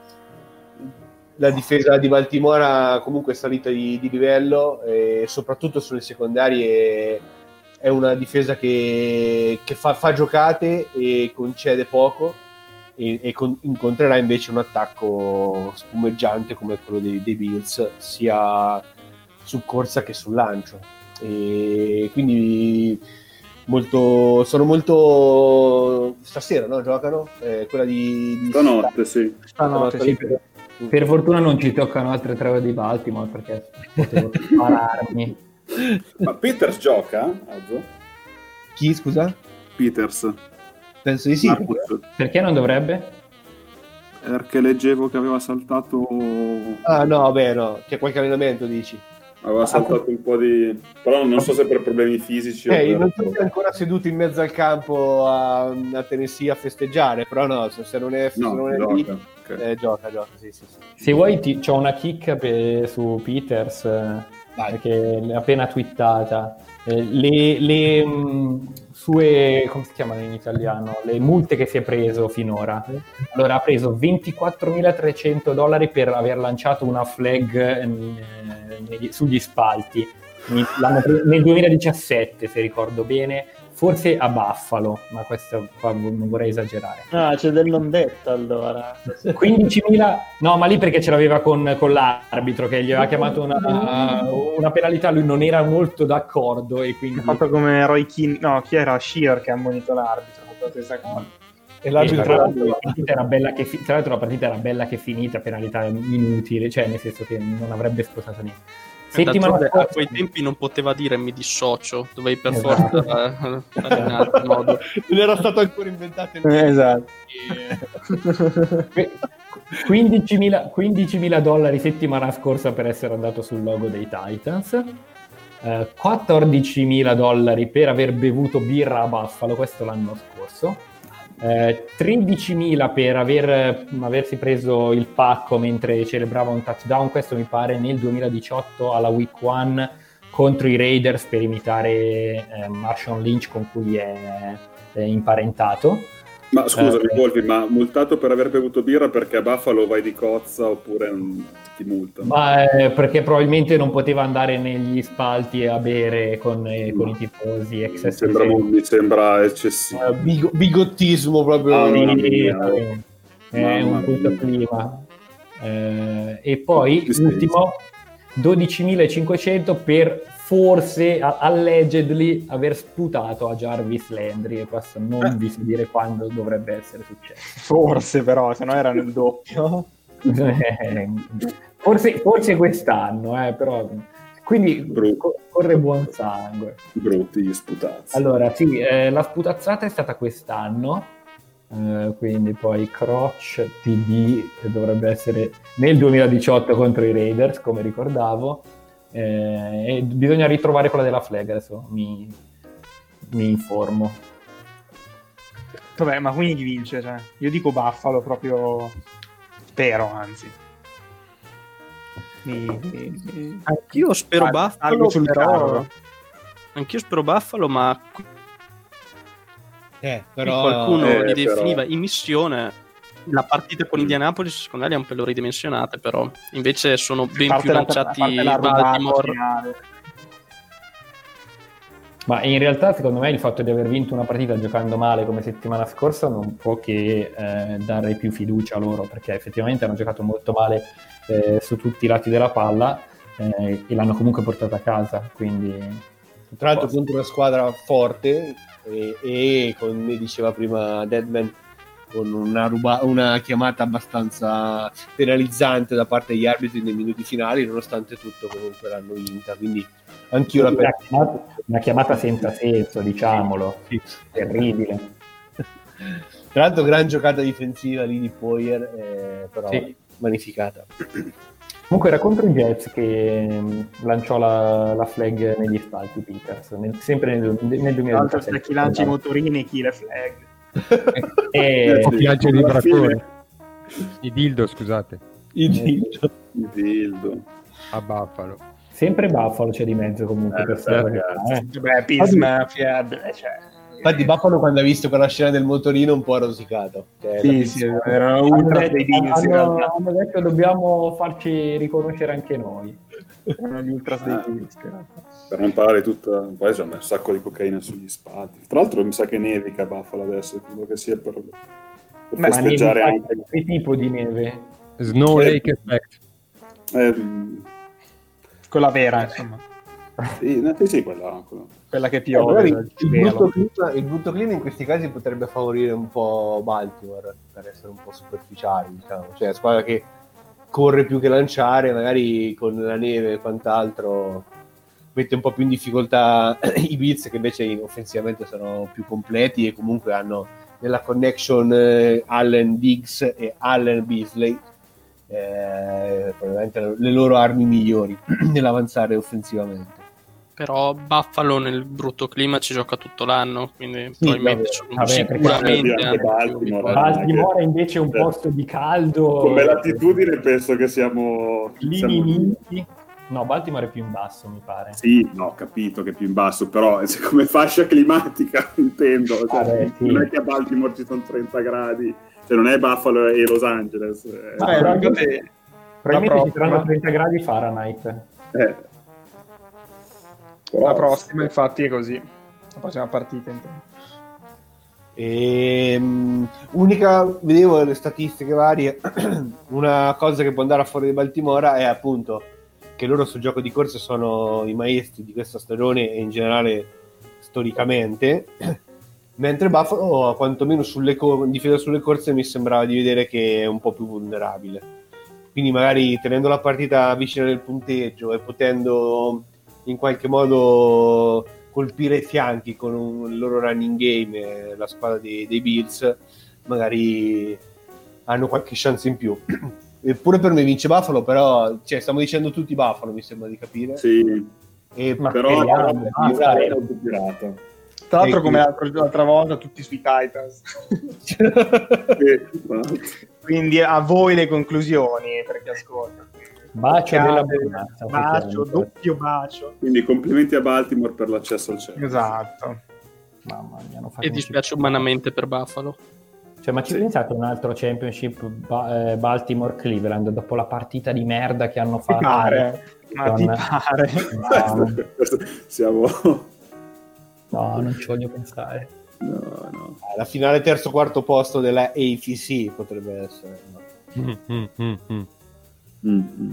la difesa di Baltimora comunque è salita di, di livello e soprattutto sulle secondarie è una difesa che, che fa, fa giocate e concede poco e, e con, incontrerà invece un attacco spumeggiante come quello dei, dei Bills sia su corsa che sul lancio, e quindi molto, sono molto stasera, no? Giocano eh, quella di, di stanotte, sì. Stanotte, sì. Per, per fortuna non ci toccano altre tre ore di Baltimore, perché potevo spararmi. Ma Peters gioca, Azzo? Chi, scusa? Peters. Penso di sì. Marcus. Perché non dovrebbe? Perché leggevo che aveva saltato Ah no, beh no, c'è qualche allenamento dici. aveva saltato un po' di... però non so se per problemi fisici o Eh, per- non sono ancora seduto in mezzo al campo a, a Tennessee a festeggiare, però no, se, se non è, se no, non è gioca. lì, Ok. eh, gioca, gioca, sì, sì, sì. Se vuoi ti, c'ho una chicca per- su Peters, eh, Vai. che l'ho appena twittata. Eh, le, le mh, sue, come si chiamano in italiano? Le multe che si è preso finora. Allora, ha preso ventiquattromilatrecento dollari per aver lanciato una flag eh, negli- sugli spalti. L'hanno pre- nel duemiladiciassette, se ricordo bene, forse a Buffalo, ma questo qua non vorrei esagerare. Ah, c'è del non detto allora. quindicimila, no, ma lì perché ce l'aveva con, con l'arbitro che gli aveva chiamato una, una penalità, lui non era molto d'accordo e quindi Ha fatto come Roy Keane, no, chi era? Shearer che ha ammonito l'arbitro. Ha fatto la stessa cosa. E E l'arbitro tra era l'altro lui. la partita era bella che fi- tra l'altro la partita era bella che finita, penalità inutile, cioè nel senso che non avrebbe spostato niente. Settimana D'altronde, a scorsa- quei tempi non poteva dire mi dissocio, dovevi per Esatto. forza eh, fare in altro modo. Non era stato ancora inventato il Eh, esatto. Que- quindicimila, quindicimila dollari settimana scorsa per essere andato sul logo dei Titans, eh, quattordicimila dollari per aver bevuto birra a Buffalo, questo l'anno scorso, eh, tredicimila per aver, aversi preso il pacco mentre celebrava un touchdown, questo mi pare nel duemiladiciotto alla Week one contro i Raiders per imitare eh, Marshawn Lynch con cui è, è imparentato. Ma scusami, Eh, Volpi, ma multato per aver bevuto birra perché a Buffalo vai di cozza oppure mm, ti multano? Ma eh, perché probabilmente non poteva andare negli spalti a bere con, eh, con i tifosi mi, ex sembra, mi sembra eccessivo. Eh, bigo- bigottismo proprio. Ah, Sì, mamma mia. è Mamma un punto mia. clima. Eh, e poi Che l'ultimo dodicimilacinquecento per forse a- allegedly aver sputato a Jarvis Landry, e questo non vi so dire quando dovrebbe essere successo. Forse però, se no era nel doppio. forse, forse quest'anno, eh, però quindi Brutto. co- corre buon sangue. Brutti gli sputazzi. Allora, sì, eh, la sputazzata è stata quest'anno, eh, quindi poi Crotch T D dovrebbe essere nel duemiladiciotto contro i Raiders, come ricordavo, eh, e bisogna ritrovare quella della flag, adesso mi, mi informo. Vabbè, ma quindi chi vince? Cioè, io dico Buffalo proprio, spero, anzi. Mi, mi, mi... Anch'io spero Ah, Buffalo, salgo sul però... carro. Anch'io spero Buffalo, ma qui Eh, però qualcuno eh, li però- definiva in missione. La partita con Indianapolis secondo me è un pelo ridimensionate, però invece sono ben parte più la- lanciati a parte la rubata Baltimore. finale. Ma in realtà secondo me il fatto di aver vinto una partita giocando male come settimana scorsa non può che eh, dare più fiducia a loro, perché effettivamente hanno giocato molto male eh, su tutti i lati della palla eh, e l'hanno comunque portata a casa, quindi tra l'altro contro una squadra forte e, e come diceva prima Deadman, con una, ruba- una chiamata abbastanza penalizzante da parte degli arbitri nei minuti finali, nonostante tutto comunque l'hanno vinta, quindi anch'io la una penso. chiamata, una chiamata senza senso, diciamolo, Sì. terribile. Tra l'altro gran giocata difensiva lì di Poyer, eh, però Sì. magnificata. Comunque era contro i Jets che mh, lanciò la, la flag negli spalti Peters, nel- sempre nel, nel Tra l'altro, duemiladiciassette. sta chi lancia i motorini e chi le flag. E- O chi lancia i alla vibratori. I dildo, scusate, Il dildo. Il dildo. a Buffalo. sempre Buffalo c'è di mezzo comunque Eh, per beh, stare, ragazzi. eh. Beh, Peace Mafia, eh, cioè... Infatti Buffalo quando ha visto quella scena del motorino un po' ha rosicato. Cioè, Sì, la- sì, erano Hanno ultra detto, dei Bills in hanno- realtà. hanno detto dobbiamo farci riconoscere anche noi. Erano gli ultra dei Ah. Bills in realtà. Per non parlare di tutta... Poi c'è un sacco di cocaina sugli spalti. Tra l'altro mi sa che nevica a Buffalo adesso, credo che sia per, per Ma festeggiare Ma anche... che tipo di neve? Snow Eh. Lake Effect. Eh, Quella vera, insomma. sì, no, sì, sì, quella... quella. Quella che Eh, piove. magari dal il, brutto cielo. clima, il brutto clima in questi casi potrebbe favorire un po' Baltimore, per essere un po' superficiali, diciamo. Cioè, la squadra che corre più che lanciare, magari con la neve e quant'altro mette un po' più in difficoltà i Bills, che invece offensivamente sono più completi e comunque hanno nella connection eh, Allen Diggs e Allen Beasley eh, probabilmente le loro armi migliori nell'avanzare offensivamente. Però Buffalo nel brutto clima ci gioca tutto l'anno, quindi Sì, probabilmente vabbè. sono Vabbè, perché sicuramente anche anche più Baltimore, abituati. Baltimore è invece un Eh. posto di caldo. Come latitudine penso che siamo... Lini siamo- minti. No, Baltimore è più in basso, mi pare. Sì, no, ho capito che è più in basso, però eh, come fascia climatica intendo. Cioè, Vabbè, sì. Non è che a Baltimore ci sono trenta gradi, cioè non è Buffalo e Los Angeles. eh. Ma Eh, probabilmente- vabbè, Probabilmente ci prossima- saranno trenta gradi Fahrenheit. Eh. Però- La prossima, infatti, è così. La prossima partita, intendo. E, um, unica, vedevo le statistiche varie, una cosa che può andare a fuori di Baltimora è appunto che loro sul gioco di corse sono i maestri di questa stagione e in generale storicamente, mentre Buffalo quantomeno sulle cor- in difesa sulle corse mi sembrava di vedere che è un po' più vulnerabile. quindi magari tenendo la partita vicina nel punteggio e potendo in qualche modo colpire i fianchi con un, il loro running game, eh, la squadra dei, dei Bills, magari hanno qualche chance in più. Eppure per me vince Buffalo, però cioè, stiamo dicendo tutti Buffalo, mi sembra di capire. Sì, E, ma però speriamo, io basta. sarei molto pirata. Tra l'altro, E come qui- l'altro- l'altra volta, tutti sui Titans. Sì, esatto. Quindi a voi le conclusioni, perché ascolta. Bacio Cade, della bonanza. bacio, doppio bacio. Quindi complimenti a Baltimore per l'accesso al cielo. Esatto. Mamma mia, hanno fatto E un dispiace schifo. umanamente per Buffalo. Cioè, ma ci pensate un altro championship ba- eh, Baltimore-Cleveland dopo la partita di merda che hanno Ti fatto? pare? Ma Con- ti pare? No, Siamo... no, non ci voglio pensare. No, no. la finale terzo quarto posto della A F C potrebbe essere, no? Mm, mm, mm, mm. Mm-hmm.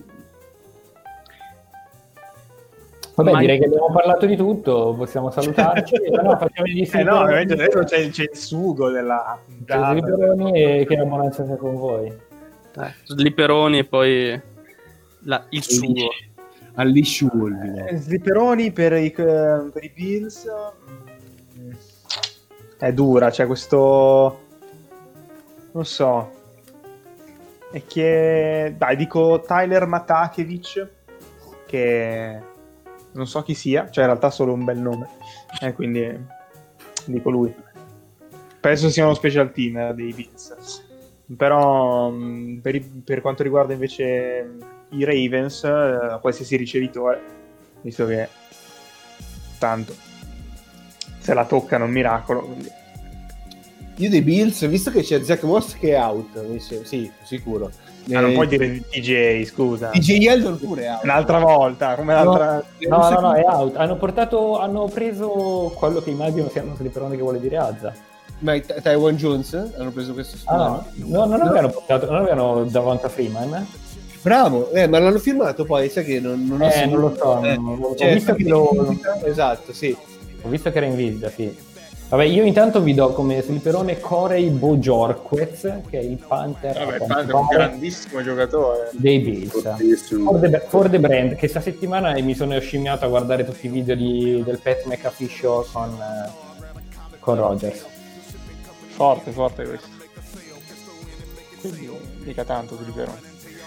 Vabbè, Ma- direi che abbiamo parlato di tutto, possiamo salutarci. no, facciamo gli Eh no, invece adesso c'è, c'è il sugo della puntata. e che la buonanza sia con voi. Eh, Sliperoni e poi la- il sugo. All'issue vuol dire. Eh, Slipperoni per i, per i Bills mm, è dura, c'è questo, non so, è che dai, dico Tyler Matakevich, che non so chi sia, cioè in realtà solo un bel nome, eh, quindi dico lui. Penso sia uno special team eh, dei Bills, però mh, per, i- per quanto riguarda invece mh, i Ravens, eh, qualsiasi ricevitore, visto che tanto se la toccano un miracolo, quindi. Io dei Bills, visto che c'è Zach Moss che è out, mi se- sì, sicuro. Ah, non Eh, puoi dire T J, scusa. D J Yeldon pure è out. Un'altra volta, come l'altra. No, no, no, è out. Hanno portato, hanno preso quello che immagino sia uno sliperone che vuole dire Azza. Ma i Ty- Tywan Jones hanno preso questo Ah, no, no, non avevano portato, non avevano Davonta Freeman. Bravo, eh, ma l'hanno firmato poi, sai che non, non ho Eh, seguito. non lo so, Eh, non- ho cioè, visto che lo- esatto, sì. Ho visto che era in visita, sì. Vabbè, io intanto vi do come sliperone Corey Bojorquez, che è il Panther, Vabbè, a quanto Panther è un pare, grandissimo giocatore. dei Bills. Fortissimo. For the, for the brand, che sta settimana mi sono scimmiato a guardare tutti i video di, del Pat McAfee Show con, eh, con Rogers. Forte, forte questo. Quindi mica tanto di vero.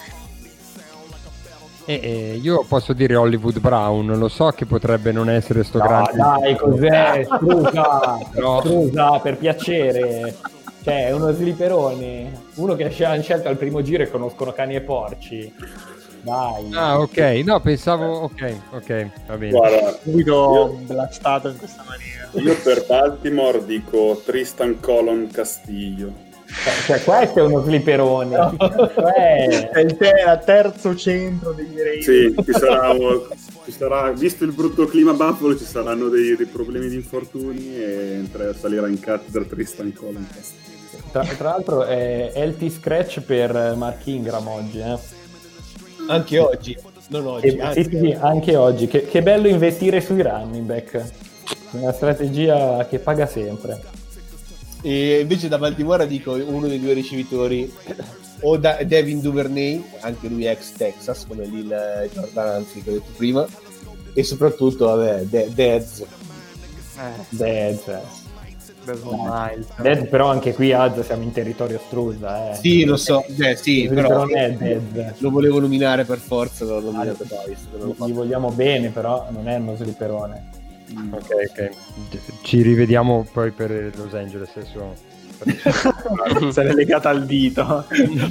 E, e io posso dire Hollywood Brown, lo so che potrebbe non essere sto No, grande. dai, cos'è? Strusa, No. Strusa, per piacere. Cioè, è uno sliperone. Uno che scel- hanno scelto al primo giro e conoscono cani e porci. Dai. Ah, ok, no, pensavo, ok, ok, va bene. Guarda, Subito blastato in questa maniera. io per Baltimore dico Tristan Colon Castillo. Cioè, questo è uno sliperone. Cioè, È il te- terzo centro degli Ravens. Sì, ci sarà, ci sarà, visto il brutto clima Buffalo, ci saranno dei, dei problemi di infortuni e entra- salirà in cattedra Tristan Colon Castillo. tra, tra l'altro è healthy scratch per Mark Ingram oggi. Eh. Anche oggi, non oggi, E- anzi, sì, sì, sì, anche oggi. Che, che bello investire sui running back. Una strategia che paga sempre. E invece da Baltimora dico uno dei due ricevitori, o da Devin Duvernay, anche lui ex Texas, come lì il Jordan Anzi che ho detto prima, e soprattutto, vabbè, De- Dez. Eh, Dead. Desmond Miles. Dead, però anche qui Az siamo in territorio Strusa. Eh. Sì, lo so, eh, sì, Il però non è Dead. lo volevo nominare per forza, l'ho nominato poi, visto che non l'ho Gli fatto. vogliamo bene, però non è uno sliperone. Ok, ok. Ci rivediamo poi per Los Angeles adesso. Se l'è legata al dito.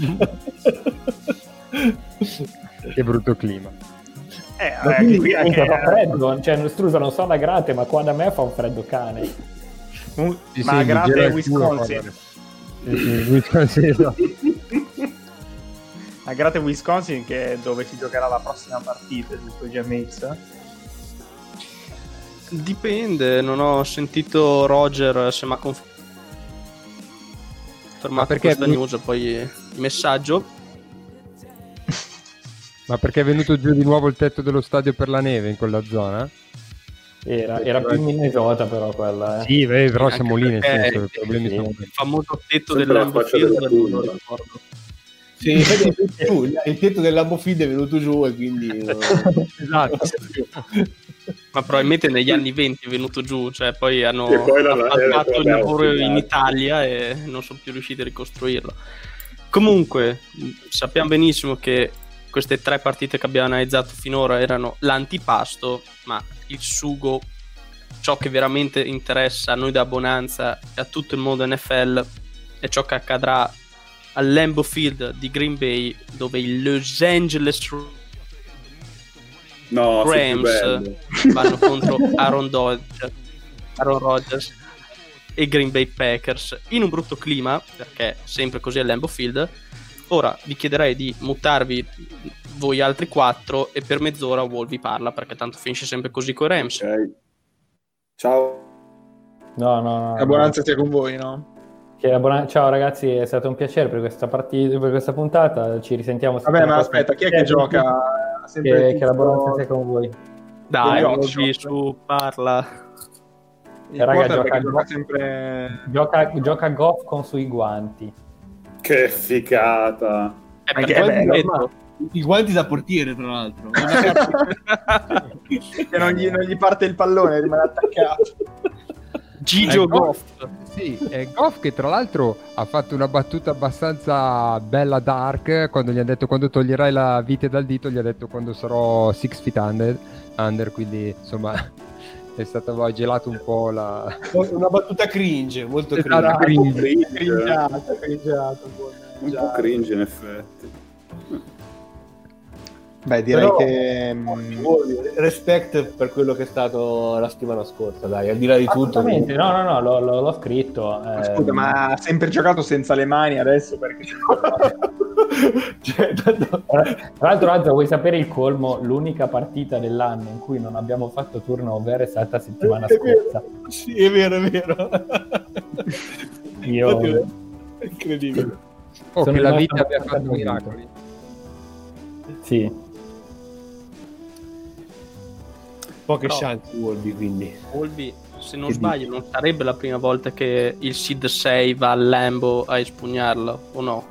Che brutto clima. Eh, Ma vabbè, quindi, qui anche- minchia, fa freddo, cioè Strusa non so da grate, ma qua da me fa un freddo cane. un- Sì, ma sì, mi grazie gira a il culo Wisconsin. quando- Sì, sì, Wisconsin, esatto. A grate Wisconsin, che è dove si giocherà la prossima partita, giusto G M X? Dipende, non ho sentito Roger se mi ha confermato Ma perché questa è venuto- news, poi il messaggio. Ma perché è venuto giù di nuovo il tetto dello stadio per la neve in quella zona? Era, era più Minnesota però quella. Eh. Sì, beh, però siamo Anche lì, nel perché- senso, i problemi sì, sono... Il famoso tetto Sempre la dell'Lambeau faccia Field, della non lo tundra. ricordo. Sì, il tetto del Lambeau Field è venuto giù e quindi esatto. Ma probabilmente negli anni venti è venuto giù, cioè poi hanno E poi la- fatto il vabbè, lavoro sì, in dai. Italia e non sono più riusciti a ricostruirlo. Comunque sappiamo benissimo che queste tre partite che abbiamo analizzato finora erano l'antipasto, ma il sugo, ciò che veramente interessa a noi da Bonanza e a tutto il mondo N F L, è ciò che accadrà al Lambeau Field di Green Bay, dove i Los Angeles No, sei più Rams bello. vanno contro Aaron Dodge, Aaron Rodgers e Green Bay Packers in un brutto clima, perché sempre così al Lambeau Field. Ora vi chiederei di mutarvi voi altri quattro e per mezz'ora Wall vi parla, perché tanto finisce sempre così coi Rams. Ok. Ciao. No, no, no. La buonanza sia con voi, no? Che la buona- Ciao ragazzi, è stato un piacere per questa partita, per questa puntata. Ci risentiamo. Vabbè, settimana ma prossima. aspetta, chi è che gioca? Sempre Che, il che la tizio- buonanza sia con voi. Dai, Io- Wolvi, su, parla. il Raga, quarterback gioca- gioca sempre... Gioca, gioca Goff con sui guanti. Che ficata. Eh, Anche- perché eh, beh, detto- ormai- i guanti da portiere, tra l'altro. che non gli, non gli parte il pallone, rimane attaccato. Gigio Eh, Goff. Sì, è Goff che tra l'altro ha fatto una battuta abbastanza bella dark quando gli ha detto quando toglierai la vite dal dito, gli ha detto quando sarò six feet under, under quindi insomma è stato ha gelato un po' la... Una battuta cringe, molto Esatto, cringe. cringe. Cringiato, cringiato. Un po' cringe in effetti. Beh, direi Però- che... mm, Respect per quello che è stato la settimana scorsa, dai, al di là di tutto. Assolutamente, no, no, no, l'ho, l'ho- l'ho scritto. eh, Scusa, ma ha sempre giocato senza le mani adesso perché... Cioè, tanto- Tra l'altro, Azza, vuoi sapere il colmo? L'unica partita dell'anno in cui non abbiamo fatto turnover è stata la settimana È vero. scorsa. Sì, è vero, è vero. Io Oddio, è incredibile. Oh, Sono che la rimasto vita abbia abbastanza fatto miracoli. sì. Poche Però- chance Wolby, quindi. Wolvi, se non Che sbaglio, non sarebbe la prima volta che il Seed sei va al Lambo a espugnarlo, o no?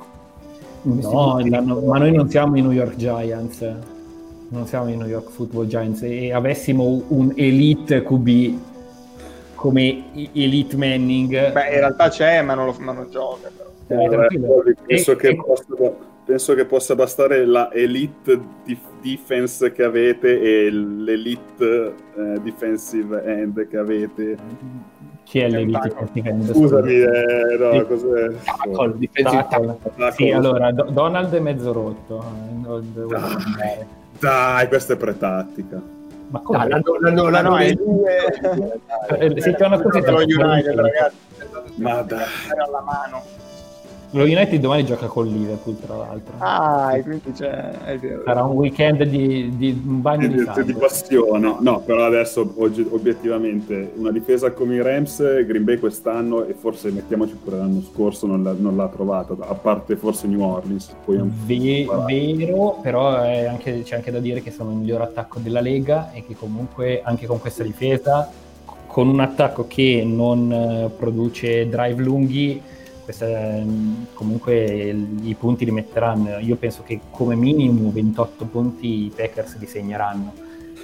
No, l'anno- ma noi non siamo i New York Giants, non siamo i New York Football Giants, e avessimo un elite Q B come i- Elite Manning, Beh, in realtà c'è, ma non, lo, ma non gioca. Però. eh, tranquillo. Vabbè, penso, E- che e- possa, penso che possa bastare la elite dif- defense che avete e l'elite eh, defensive end che avete. Chi è l'elite Tackle. defensive end? Scusami, eh, no, Sì. cos'è? Tackle, defensive Tackle. Tackle. Sì, allora, Do- Donald è mezzo rotto. eh, non devo Dai. andare. Dai, questa è pretattica. Ma come? Ah, l'hanno, l'hanno, No, l'hanno no, è venduto. due... Eh, se c'è una cosa Lo United, ragazzi. Ma dai. Alla mano. Lo United domani gioca con Liverpool, tra l'altro. Ah, e quindi c'è... È vero. Sarà un weekend di, di un bagno Di, di di, sangue. di passione. No, però adesso oggi- obiettivamente una difesa come i Rams, Green Bay quest'anno e forse mettiamoci pure l'anno scorso non l'ha, non l'ha trovata, a parte forse New Orleans. Poi è un po' Ve- separato. vero, però è anche- c'è anche da dire che sono il miglior attacco della Lega e che comunque anche con questa difesa, con un attacco che non eh, produce drive lunghi, questa, ehm, comunque il- i punti li metteranno. Io penso che come minimo ventotto punti i Packers li segneranno.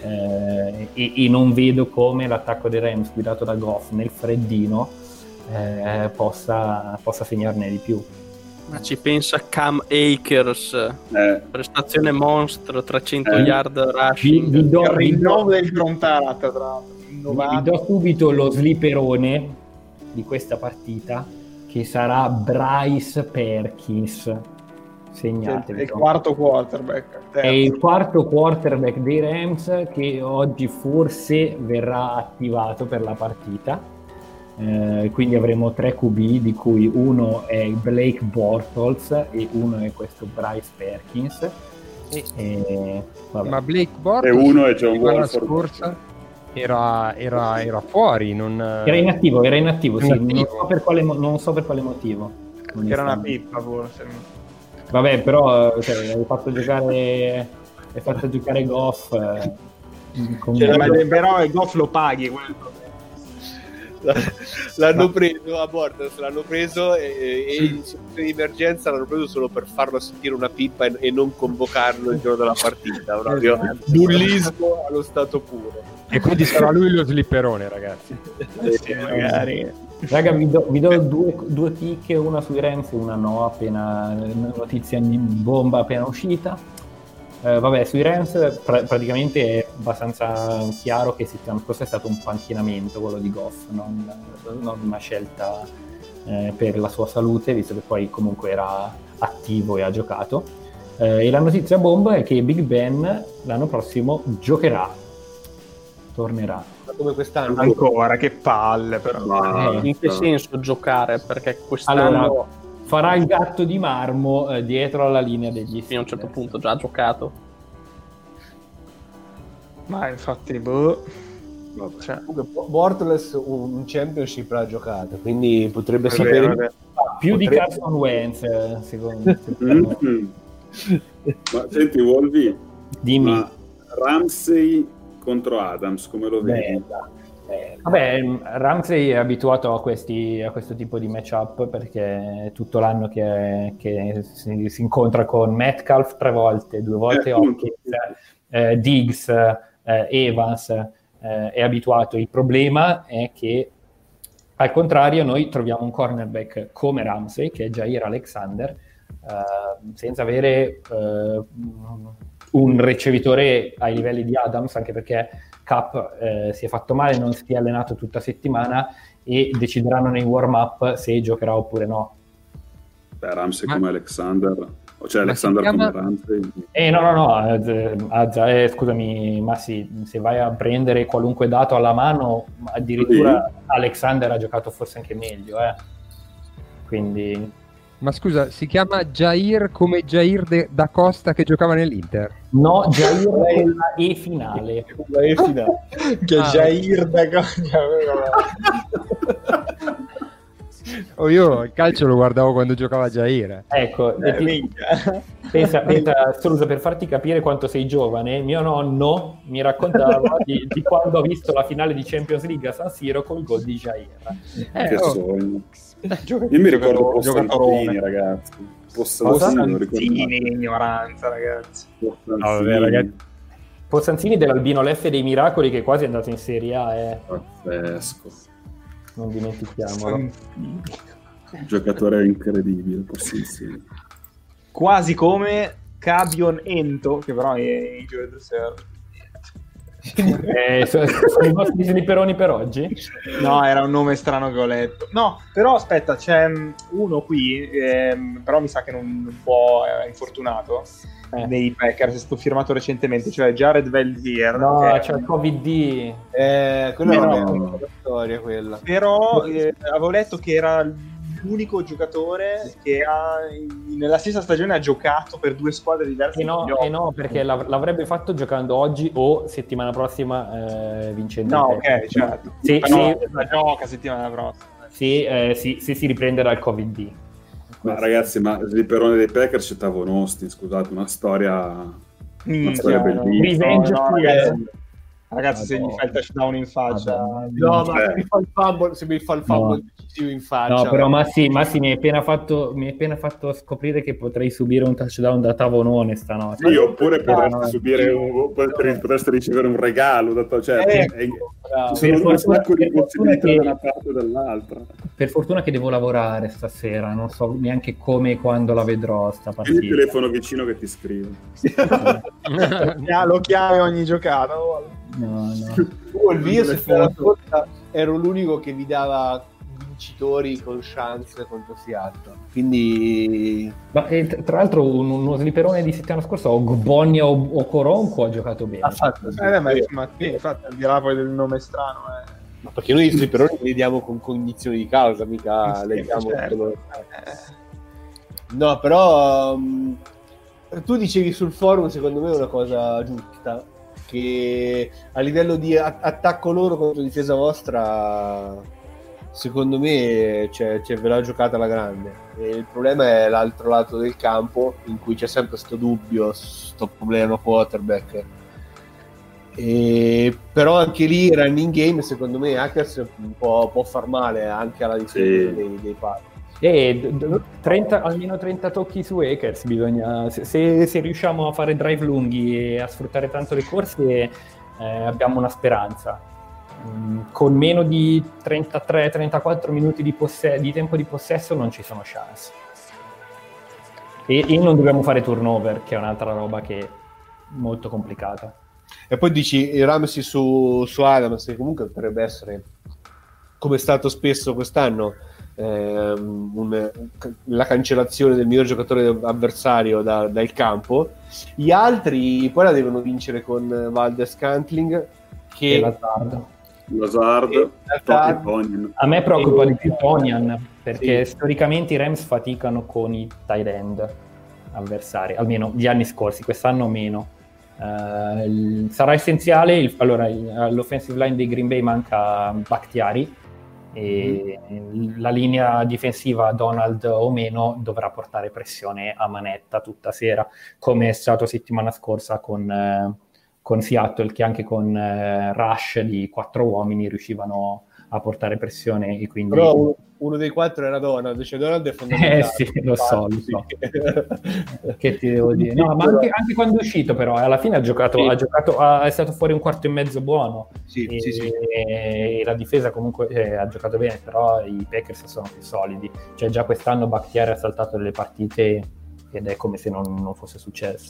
Eh, e, e non vedo come l'attacco dei Rams guidato da Goff nel freddino eh, possa, possa segnarne di più. Ma ci pensa Cam Akers, Eh, prestazione mostro, trecento Eh. yard Vi, rushing. vi do, Il vi do- rinnovo del Grontarat, tra l'altro. vi Rinnovato. do subito lo sliperone di questa partita, che sarà Bryce Perkins. Segnatevi. È il quarto quarterback. È il quarto quarterback dei Rams che oggi forse verrà attivato per la partita. Eh, quindi avremo tre Q B, di cui uno è Blake Bortles e uno è questo Bryce Perkins. E- E, vabbè. Ma Blake Bortles E uno è John settimana Wolford. scorsa era, era, era fuori, non... Era inattivo, era inattivo, sì, Inattivo. Non, so per quale, mo- non so per quale motivo. Che era una onestamente. pippa, forse. Vabbè, però cioè, hai fatto giocare hai fatto giocare Goff eh, con- Cioè, ma- però il Goff lo paghi, quello è il problema. l'hanno preso a Bortles, l'hanno preso e, e in situazione di emergenza l'hanno preso solo per farlo sentire una pippa e, e non convocarlo il giorno della partita. Proprio bullismo allo stato puro. E quindi sarà lui lo slipperone, ragazzi. Sì, magari. Raga, vi do, vi do due, due chicche, una sui Rams e una no, appena notizia di bomba appena uscita. Eh, vabbè, sui Rams pra- praticamente è abbastanza chiaro che settimana scorsa è stato un panchinamento quello di Goff, non, non una scelta eh, per la sua salute, visto che poi comunque era attivo e ha giocato. Eh, e la notizia bomba è che Big Ben l'anno prossimo giocherà, tornerà. Come quest'anno. Ancora, che palle però. Ma- Eh, in che senso giocare? Perché quest'anno Allora, farà il gatto di marmo eh, dietro alla linea degli fino a un certo Steelers. punto già ha giocato. Ma infatti, boh. Vabbè. Cioè, Comunque, Bortles un championship l'ha giocato, quindi potrebbe è sapere vero, è vero. Più di Potrebbe- Carson Wentz, eh, secondo me. Mm. Ma senti, Wolvi, Dimmi. ma Ramsey contro Adams, come lo vedi? Bella, bella. Vabbè, Ramsey è abituato a, questi, a questo tipo di matchup perché è tutto l'anno che, che si, si incontra con Metcalf tre volte, due volte Eh, appunto. Hopkins, eh, Diggs, eh, Evans, eh, è abituato. Il problema è che al contrario noi troviamo un cornerback come Ramsey, che è Jair Alexander, eh, senza avere eh, un ricevitore ai livelli di Adams, anche perché Cup eh, si è fatto male, non si è allenato tutta settimana e decideranno nei warm-up se giocherà oppure no. Beh, Ramsey Ma- come Alexander, o cioè Ma Alexander si chiama- come Ramsey. Eh no, no, no, eh, Azza, eh, scusami, ma sì, se vai a prendere qualunque dato alla mano, addirittura Alexander ha giocato forse anche meglio, eh. Quindi Ma scusa, si chiama Jair come Jair de- da Costa che giocava nell'Inter? no, Jair con la E finale. La E finale. Che Ah, Jair da Cogna. Oh, io il calcio lo guardavo quando giocava Jair. Ecco, e Eh, ti- minchia. pensa, pensa Strusa, per farti capire quanto sei giovane, mio nonno mi raccontava di, di quando ha visto la finale di Champions League a San Siro col gol di Jair. Eh, Che oh. sogno. Gioca- Io mi ricordo giocato- Postantini, giocatorone. ragazzi. Cosa? Postantini, lo Postantini, ricordate? ignoranza, ragazzi. Postantini. No, vabbè, ragazzi. Posanzini dell'Albino Leffe dei Miracoli, che quasi è andato in Serie A, eh. Pazzesco. Non dimentichiamolo. Giocatore incredibile, Postantini. Quasi come Cabion Ento, che però è injured reserve. Eh, so- sono i vostri slipperoni per oggi? No, era un nome strano che ho letto. No, però aspetta, c'è mm, uno qui, ehm, però mi sa che non, non può, è infortunato, Eh. nei Packers, è stato firmato recentemente, cioè Jared Veldier. No, che- c'è il Covid D. Eh, quella No. è una bella storia quella. Però eh, avevo letto che era l'unico giocatore che ha, in- nella stessa stagione ha giocato per due squadre diverse. E no, in playoff. e no, perché l'av- l'avrebbe fatto giocando oggi o settimana prossima eh, vincendo. No, il test. ok, certo. Sì, Ma no, sì. la gioca settimana prossima. Sì, eh, sì, sì, si riprende dal Covid D. Ma ragazzi, ma Slipperone dei Packers c'è Tavon Austin, scusate, una storia, una Minchia, storia no. bellissima. Revenge No, no, Tour. ragazzi, ragazzi, se Madonna. gli fai il touchdown in faccia, Madonna. No, ma Eh. se mi fa il fumble, se mi fa il fumble No. decisivo in faccia. No, però Massi, Massi mi, hai appena fatto, mi hai appena fatto scoprire che potrei subire un touchdown da Tavonone stanotte. Sì, oppure potreste no. subire un, potreste potreste ricevere un regalo, dato- cioè, Ecco, è- bravo. ci sono Per un fortuna- sacco di per fortuna possibilità che- da una parte o dall'altra. Per fortuna che devo lavorare stasera, non so neanche come e quando la vedrò sta Tieni il partita. telefono vicino che ti scrive. Ah, lo chiami ogni giocata. No, no. Tu il video settimana scorsa ero l'unico che vi dava vincitori con chance contro Seattle. Quindi Ma, eh, t- tra l'altro un- uno slipperone di settimana scorsa, Ogbonia o, o Coronco ha giocato bene. ha fatto Eh, beh, ma, ma sì, infatti, al di là poi del nome strano, eh. Ma perché noi i slipperoni li diamo con cognizione di causa, mica Sì, leggiamo certo. solo- No, però um, tu dicevi sul forum, secondo me è una cosa giusta, che a livello di a- attacco loro contro difesa vostra, secondo me c'è, c'è ve l'ha giocata alla grande. E il problema è l'altro lato del campo, in cui c'è sempre sto dubbio, sto problema quarterback. E, però anche lì running game secondo me Hackers può, può far male anche alla difesa Sì. dei, dei pali. E d- d- trenta, almeno trenta tocchi su Akers bisogna, se, se, se riusciamo a fare drive lunghi e a sfruttare tanto le corse, eh, abbiamo una speranza. Mm, con meno di trentatré trentaquattro minuti di, posse- di tempo di possesso non ci sono chance, e, e non dobbiamo fare turnover, che è un'altra roba che è molto complicata. E poi dici Ramsey su, su Adams, che comunque potrebbe essere, come è stato spesso quest'anno, ehm, un, la cancellazione del miglior giocatore avversario da, dal campo. Gli altri poi la devono vincere con Valdes-Scantling, che E Lazard. Lazard, E Lazard. Tony. A me preoccupa E- di più Tonian, perché Sì. storicamente i Rams faticano con i tight end avversari, almeno gli anni scorsi, quest'anno meno. Eh, il- sarà essenziale, il- allora il- all'offensive line dei Green Bay manca Bakhtiari, e la linea difensiva, Donald o meno, dovrà portare pressione a manetta tutta sera, come è stato settimana scorsa con, eh, con Seattle, che anche con eh, rush di quattro uomini riuscivano a portare pressione, e quindi però uno, uno dei quattro era Donald, cioè Donald è fondamentale. eh sì, lo so, lo so. Che ti devo dire? No, ma Però- anche, anche quando è uscito, però, alla fine ha giocato, Sì. ha giocato ha- è stato fuori un quarto e mezzo buono. Sì, e, sì, sì. e la difesa comunque eh, ha giocato bene, però i Packers sono più solidi. Cioè già quest'anno Bakhtiari ha saltato delle partite ed è come se non, non fosse successo.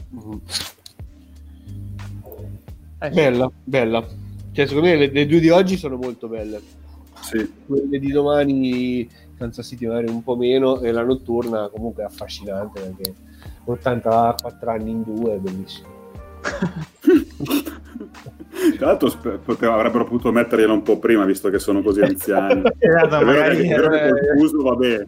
Eh, sì. Bella, bella. Cioè, secondo me le, le due di oggi sono molto belle. Sì. Quelle di domani, Kansas City magari un po' meno, e la notturna comunque è affascinante, perché ottantaquattro anni in due è bellissimo. Tra l'altro sp- poteva- avrebbero potuto mettergliela un po' prima, visto che sono così anziani. Esatto, È vero magari- che, è vero che col fuso va bene.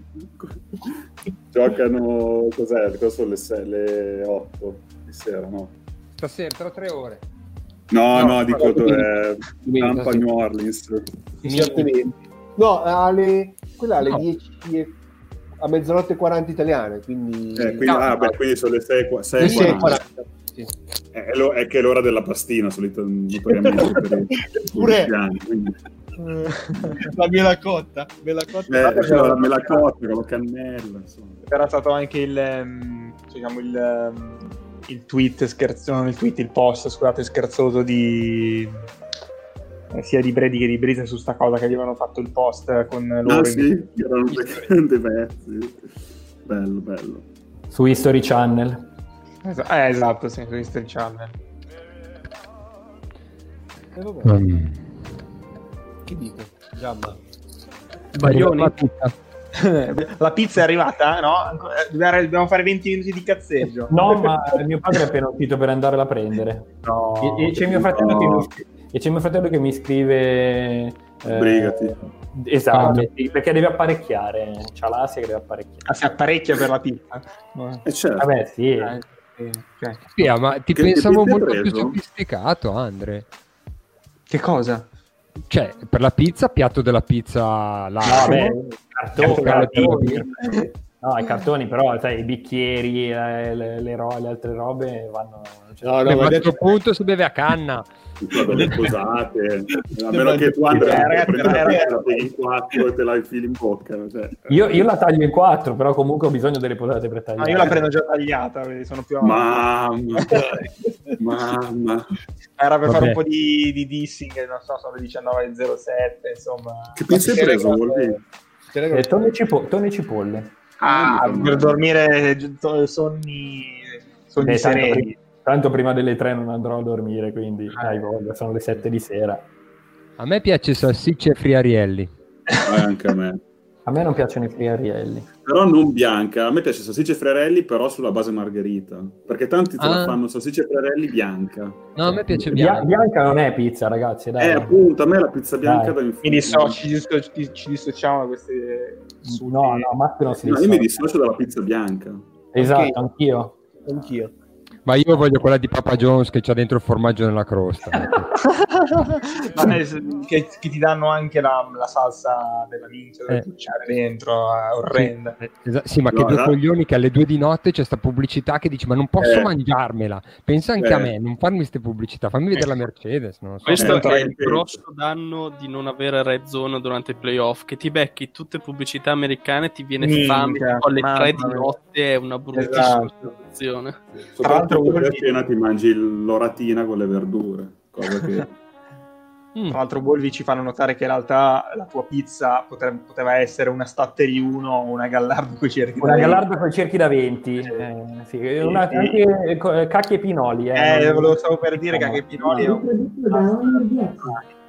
Giocano, cos'è? Cosa sono le, sei, le otto di sera, no? Stasera tra tre ore. No, No, no, dico domenica. dove Domenica, Tampa sì. New Orleans. sette venti. No, alle, quella alle No. dieci e- a mezzanotte e quaranta italiane, quindi... Eh, quindi, No, ah, no. beh, quindi sono le sei e Sì, sì, quaranta. quaranta, sì. Eh, È, lo- è che è l'ora della pastina, solito, notoriamente per i Pure- cristiani, quindi. La mela cotta, mela cotta. Eh, c'era la melacotta con la cannella, insomma. Era stato anche il, ehm, diciamo il, ehm, il tweet scherzoso, non il tweet, il post, scusate, scherzoso di eh, sia di Brady che di Breeze su sta cosa, che avevano fatto il post con loro. Ah in- sì, erano dei dei pezzi. Bello, bello. Su History Channel. Es- eh, esatto, sì, su History Channel. Eh, vabbè. Mm. Che dite? Giamma. Baglioni? La tutta. La pizza è arrivata, no? Ancora- eh, Dobbiamo dobbiamo fare venti minuti di cazzeggio. No, ma mio padre è appena uscito per andare a prendere. No. E, e c'è mio fratello no. che mi scri- e c'è mio fratello che mi scrive eh, Brigati. esatto, Ah. sì, perché deve apparecchiare, c'ha l'ansia che deve apparecchiare. Ah, si apparecchia per la pizza. Eh, E certo. Vabbè, sì. eh, sì, ok. Sì, ah, ma ti Che- pensavo che pizza hai molto più preso? sofisticato, Andre. Che cosa? Cioè, per la pizza, piatto della pizza No, largo. vabbè, cartoni, Cartoni. no, i cartoni, però sai, i bicchieri, eh, le, le, ro- le altre robe vanno. cioè- No, no, Beh, ma ma a detto- questo punto si beve a canna. Delle posate, a meno che tu Andrea Eh, ragazzi, prendi la ragazzi, pizza, la pieghi in quattro e te la infili in bocca, cioè. Io, io la taglio in quattro, però comunque ho bisogno delle posate per No, tagliare. io la prendo già tagliata, quindi sono più avanti. Mamma, mamma, Era per fare Vabbè. un po' di, di dissing, non so, sono le diciannove e zero sette, insomma. che pizza hai preso? Wolvi? Eh, tonno e cipo- tonno e cipolle. Ah, per dormire gi- to- sonni, sonni Eh, tanto, sereni. pri- tanto prima delle tre non andrò a dormire, quindi Ah. dai, voglia, sono le sette di sera. A me piace salsicce e friarielli. Eh, anche a me. A me non piacciono i friarielli. Però non bianca, a me piace salsicce e frarelli, però sulla base margherita, perché tanti te la Ah. fanno salsicce e frarelli bianca. No, a me piace Bia- bianco. bianca non è pizza, ragazzi, dai. Eh, appunto, a me la pizza bianca Dai. da infinito. Mi dissoci, ci, disso- ci dissociamo da queste... No, no, Matteo non si No, io mi dissocia. dissocio dalla pizza bianca. Esatto, Ok. anch'io. Anch'io. Ma io voglio quella di Papa John's che c'ha dentro il formaggio nella crosta. Ma è- che, che ti danno anche la, la salsa della minchia da Eh. cucciare dentro, è orrenda. Sì, esa- sì, ma No, che due no. coglioni che alle due di notte c'è sta pubblicità che dici ma non posso Eh. mangiarmela. Pensa anche Eh. a me, non farmi queste pubblicità, fammi vedere la Mercedes. Non lo so. Questo Eh, è il penso. grosso danno di non avere red zone durante i playoff, che ti becchi tutte pubblicità americane, ti viene Minchia, fame tipo alle mamma tre di mia. notte, è una bruttissima Esatto. situazione. Tra l'altro, Soprattutto a Wolvi- cena ti mangi l'oratina con le verdure, cosa che... Mm. Tra l'altro Wolvi ci fanno notare che in realtà la tua pizza potre- poteva essere una Statteri uno o una Gallardo con i cerchi Una da gallarda con i cerchi da venti. Eh, sì, una, sì. anche eh, co- eh, cacchi e pinoli. Eh, Eh, non- lo stavo per dire che anche Pinoli è un- Prodotto da ogni dieci.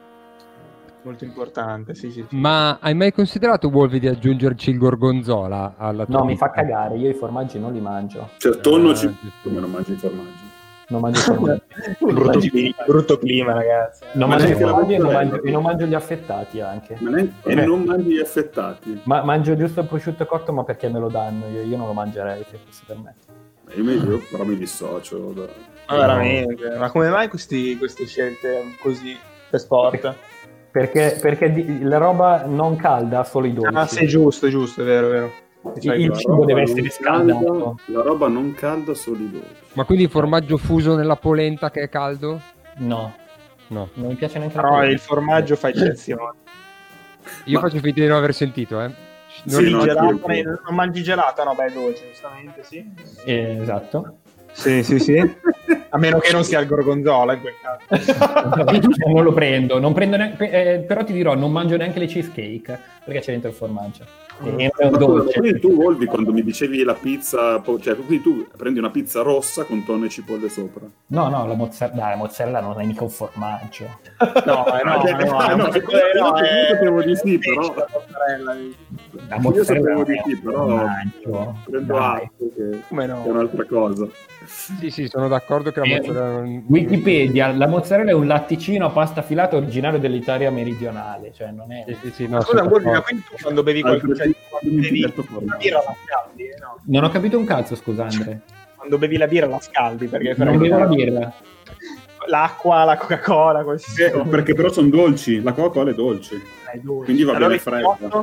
molto importante, sì, sì, sì. Ma hai mai considerato, Wolvi, di aggiungerci il gorgonzola alla tua No, mi fa pizza? cagare, io i formaggi non li mangio. Cioè, il tonno Ah, ci... giusto. come non mangi i formaggi? Non mangio i formaggi. brutto, clima, brutto clima, ragazzi. Non Ma mangio i neanche la formaggi e non mozzarella. mangio, e non mangio gli affettati anche. Ma ne- E Eh. non mangi gli affettati? Ma mangio giusto il prosciutto cotto, ma perché me lo danno? Io, io non lo mangerei se fosse per me. Io, mi- io però mi dissocio. Da... Ma veramente, ma come mai questi, queste scelte così per sport? Perché, perché di- la roba non calda, solo i dolci. Ah, sì, giusto, giusto, è vero, è vero. Il- il La cibo roba deve non essere calda- scaldato. La roba non calda, solo i dolci. Ma quindi il formaggio fuso nella polenta che è caldo? No, No. non mi piace neanche la Però polenta. il formaggio fa eccezione. Io Ma- faccio finta di non aver sentito, eh. Non Sì, Il no, gelato, anch'io. ne- non mangi gelato? No, beh, è dolce, giustamente, sì. Eh, esatto. Sì, sì, sì. A meno che non sia il gorgonzola in quel caso. Non lo prendo, non prendo neanche, eh, però ti dirò, non mangio neanche le cheesecake perché c'è dentro il formaggio. E è un Ma dolce. quindi tu, Volvi, quando mi dicevi la pizza, po- cioè quindi tu prendi una pizza rossa con tonno e cipolle sopra. No, no, la mozzarella, dai, la mozzarella non è mica un formaggio. No, eh, no, Cioè, no, ah, no, no, no, io- no, io è- sapevo di sì, però- la mozzarella, La Io mozzarella sapevo non di è sì, un però formaggio. prendo Dai. atto che, Come che è no? un'altra cosa. Sì, sì, sono d'accordo che la Eh, mozzarella non... Wikipedia, la mozzarella è un latticino a pasta filata originario dell'Italia meridionale, cioè non è... Sì, sì, sì, no, Scusa, sono Wolvi, ma d'accordo. quindi tu quando bevi Altri qualcosa, tipi di bevi piatto la formaggio. birra la scaldi, eh, no? Non ho capito un cazzo, scusa Andre. Quando bevi la birra la scaldi, perché Non bevo la birra. l'acqua, la Coca-Cola, qualsiasi Eh, cosa. perché però sono dolci, la Coca-Cola è dolce. È dolce. quindi va Allora bene il fredda. chinotto?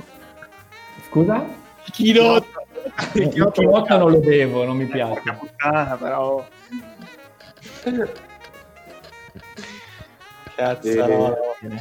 Scusa? Il chinotto. Il chinotto non lo bevo, non mi piace. Porca puttana, però. Cazzarola.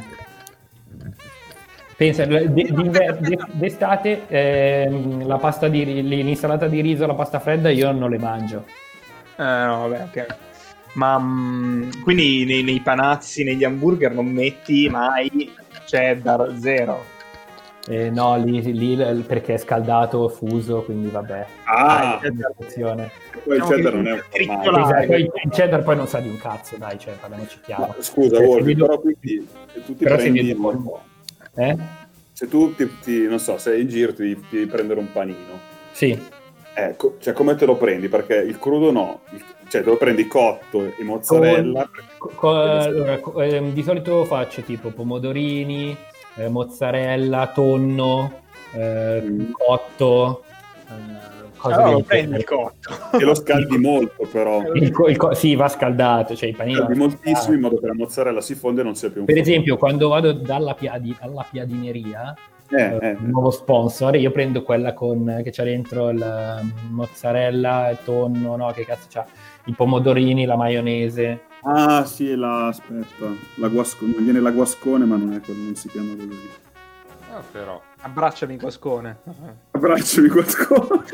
Pensa, d- d'inver- d- d'estate ehm, la pasta di ri- l'insalata di riso, la pasta fredda io non le mangio. Eh, no, vabbè, ok. Ma mm, quindi nei, nei panazzi, negli hamburger non metti mai cheddar zero? Eh, no, lì, lì l- perché è scaldato, fuso, quindi vabbè. Ah, Dai, Attenzione. poi il diciamo cheddar che non è un tricolare. formaggio. Esatto, poi il cheddar poi non sa di un cazzo, dai, cioè, parliamoci chiaro. Ma, scusa, Eh, Wolvi, se vedo- però quindi se tu ti Però se prendi... vedo polpo. Eh? Se tu ti, ti- non so, sei in giro, ti, ti devi prendere un panino. Sì. Ecco, cioè come te lo prendi? Perché il crudo no, il- cioè te lo prendi cotto e mozzarella. Co- co- allora, co- ehm, di solito faccio tipo pomodorini, eh, mozzarella, tonno, eh, Mm. cotto, eh, cose Allora del lo prendi genere. il cotto. E lo scaldi molto però. Il co- il co- sì, va scaldato, cioè i panini. Scaldi vanno moltissimo in scaldati. modo che la mozzarella si fonde e non sia più un Per formaggio. esempio, quando vado dalla piadi- alla piadineria, Eh, eh, eh. un nuovo sponsor, io prendo quella con che c'ha dentro la mozzarella, il tonno, no, che cazzo c'ha, i pomodorini, la maionese. Ah sì, la, aspetta, la guascone, non viene la guascone ma non è quello, non si chiama così. Ah, però. Abbracciami Guascone. Abbracciami guascone.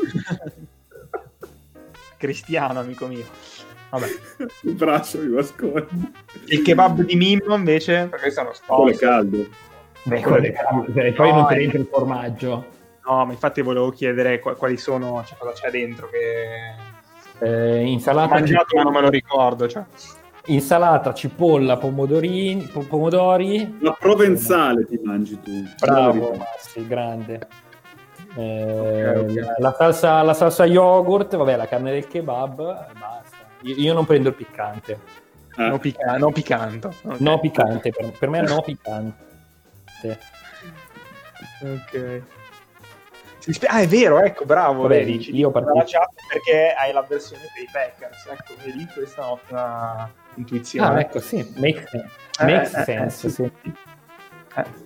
Cristiano, amico mio. Vabbè. Abbracciami guascone. Il kebab di Mimmo invece, perché sono Quello è sponsor. caldo. Beh, quello è caldo, e poi No, non ti è- dentro il formaggio. No, ma infatti volevo chiedere qua- quali sono, cioè cosa c'è dentro che Eh, ho insalata, mangiato ma non me lo ricordo, cioè. insalata, cipolla, pomodorini, po- pomodori. La provenzale ti mangi tu. Bravo, Massi, grande. Eh, Ok, ok. La, salsa, la salsa yogurt, vabbè, la carne del kebab e basta. Io, io non prendo il piccante. Eh, No, pica- no piccanto. Ok. No piccante, per, per me è no piccante. Ok. Si spe- ah, è vero, ecco, bravo. Vabbè, vedi, ci io dico partito- dalla chat perché hai la versione per i Packers. Ecco, vedi, questa è un'ottima intuizione. Ah, ecco, sì, make sense, Eh, makes eh, sense, eh, sì. Eh.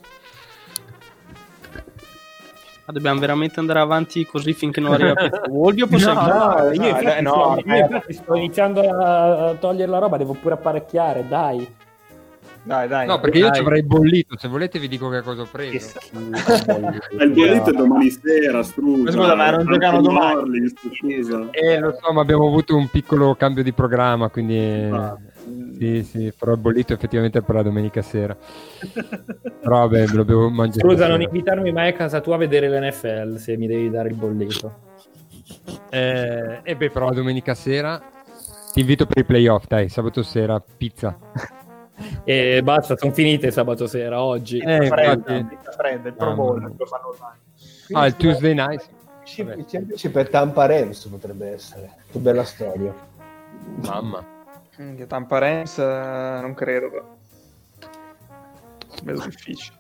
Ma dobbiamo veramente andare avanti così finché non arriva Pietro Wolvi o possiamo... No, no, io no, infatti, dai, no, sto, io eh. infatti sto iniziando a a togliere la roba, devo pure apparecchiare, dai. Dai, dai. No, perché io Dai. ci avrei bollito. Se volete, vi dico che cosa ho preso. Ma il bollito è domani sera, Strusa. Ma scusa, ma non giocano domani? Orleans, scusa. Eh, lo so, ma abbiamo avuto un piccolo cambio di programma, quindi Ah. sì, sì, però il bollito effettivamente è per la domenica sera. Però vabbè, me lo bevo mangiare. Scusa, non invitarmi mai a casa tua a vedere l'N F L se mi devi dare il bollito. Eh, e beh, però la domenica sera ti invito per i playoff, dai, sabato sera, pizza. E basta, sono finite sabato sera, oggi. Eh, fredda, infatti. pizza fredda, il Pro Ah, Bowl, no. lo fanno online. Ah, il Tuesday night. Vabbè. Il championship Tampa Rams potrebbe essere. Che bella storia. Mamma. Che Tampa Rams eh, non credo, però. Vedo difficile.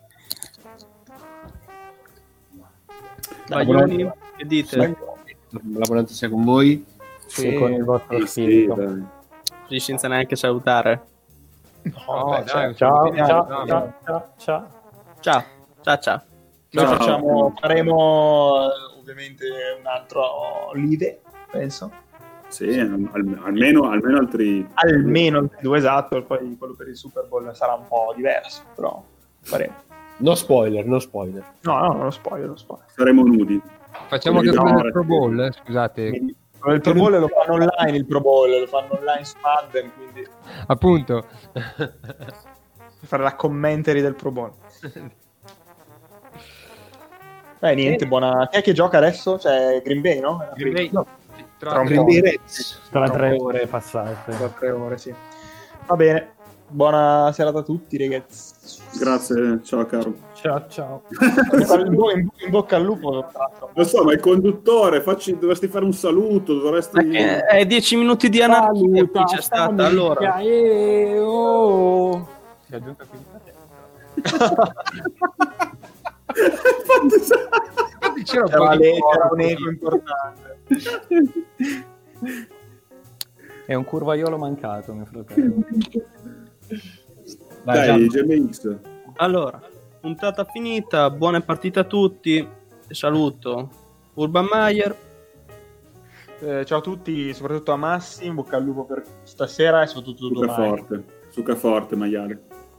Baglioni, che dite? La buonanotte sia con voi. Sì, con il vostro Sì, spirito. dai. Così senza neanche salutare. No, beh, dai, Ciao, Vediamo, ciao, vediamo. ciao, ciao, ciao. Ciao, ciao, ciao. Noi Ciao. facciamo, faremo eh, ovviamente un altro live, penso. Sì, al- almeno, almeno altri... Almeno il due esatto, poi quello per il Super Bowl sarà un po' diverso, però faremo. No spoiler, no spoiler. No, no, non lo spoiler, lo spoiler. Saremo nudi. Facciamo Quelli che quello no, del Pro Bowl, eh, scusate. Quindi, il Pro Bowl lo fanno online, il Pro Bowl lo fanno online su Madden, quindi Appunto. fare la commentary del Pro Bowl. Eh, niente, buona. Chi è che gioca adesso? Cioè, Green Bay, no? Green Bay- No, Tra tra un Green po'. Bay Reds. Tra tre ore passate. Tra tre ore, sì. Va bene. Buona serata a tutti, ragazzi. Grazie, ciao caro. Ciao, ciao. In, bo- in, in bocca al lupo. Lo so, ma il conduttore, facci, dovresti fare un saluto, dovresti... Eh, È dieci minuti di anarchia qui c'è stata, allora. Eh, oh. Si è aggiunta qui la testa. Infatti c'era un C'era, po' di le- c'era fuoco. un eco importante. È un curvaiolo mancato, mio fratello. Dai, G M X. Allora, puntata finita, buone partite a tutti. Saluto Urban Meyer. Eh, ciao a tutti, soprattutto a Massi. In bocca al lupo per stasera e soprattutto Succa domani. forte, succa forte, maiale.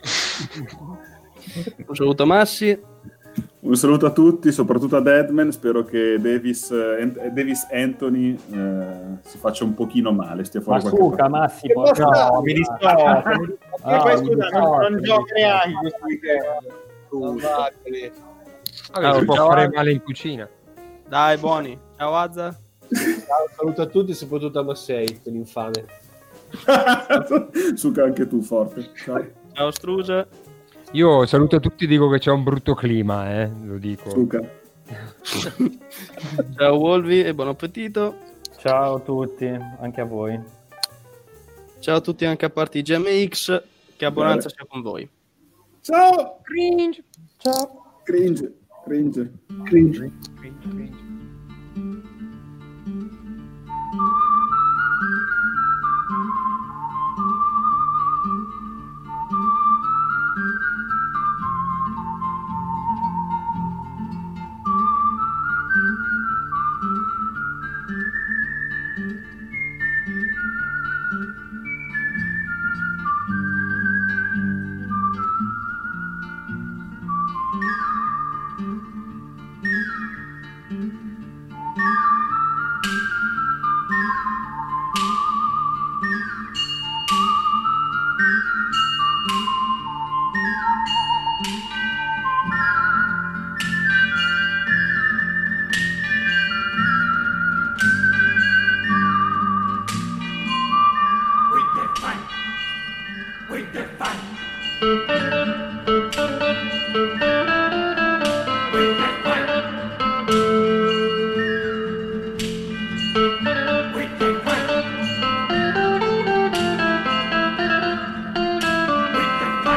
Un saluto a Massi. Un saluto a tutti, soprattutto a Deadman. Spero che Davis, eh, Davis Anthony eh, si faccia un pochino male. Stia fuori Ma qualche suca, partita. Massi, No, porca- mi dispiace. mi dispiace. Ah, E poi mi scusa, non, non dispiace, gioca mi neanche questo weekend. Salvateli. Vabbè, si può Ciao, fare Al. male in cucina. Dai, buoni. Ciao Azza. Ciao, saluto a tutti, soprattutto a Massei, quell'infame. Succa anche tu forte. Ciao. Ciao Struge. Io saluto a tutti, dico che c'è un brutto clima, eh, lo dico. Succa. Ciao Wolvi e buon appetito. Ciao a tutti, anche a voi. Ciao a tutti anche a parte G M X. Che abbonanza sia con voi. Ciao. Cringe. Ciao. Cringe. Cringe. Cringe.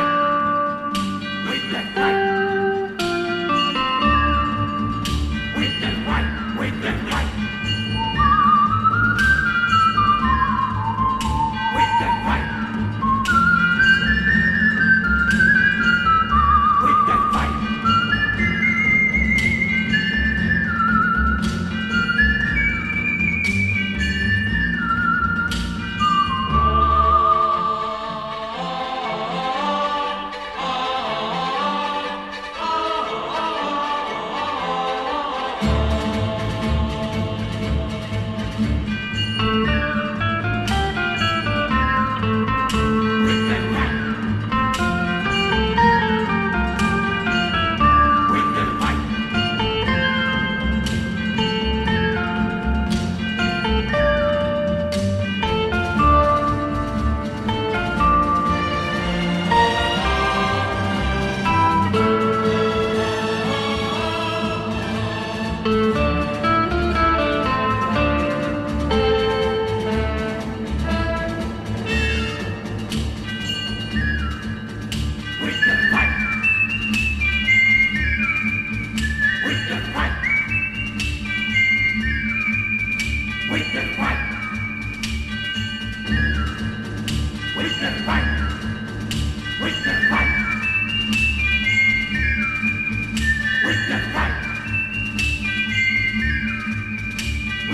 We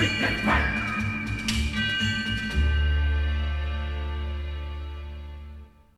We can fight.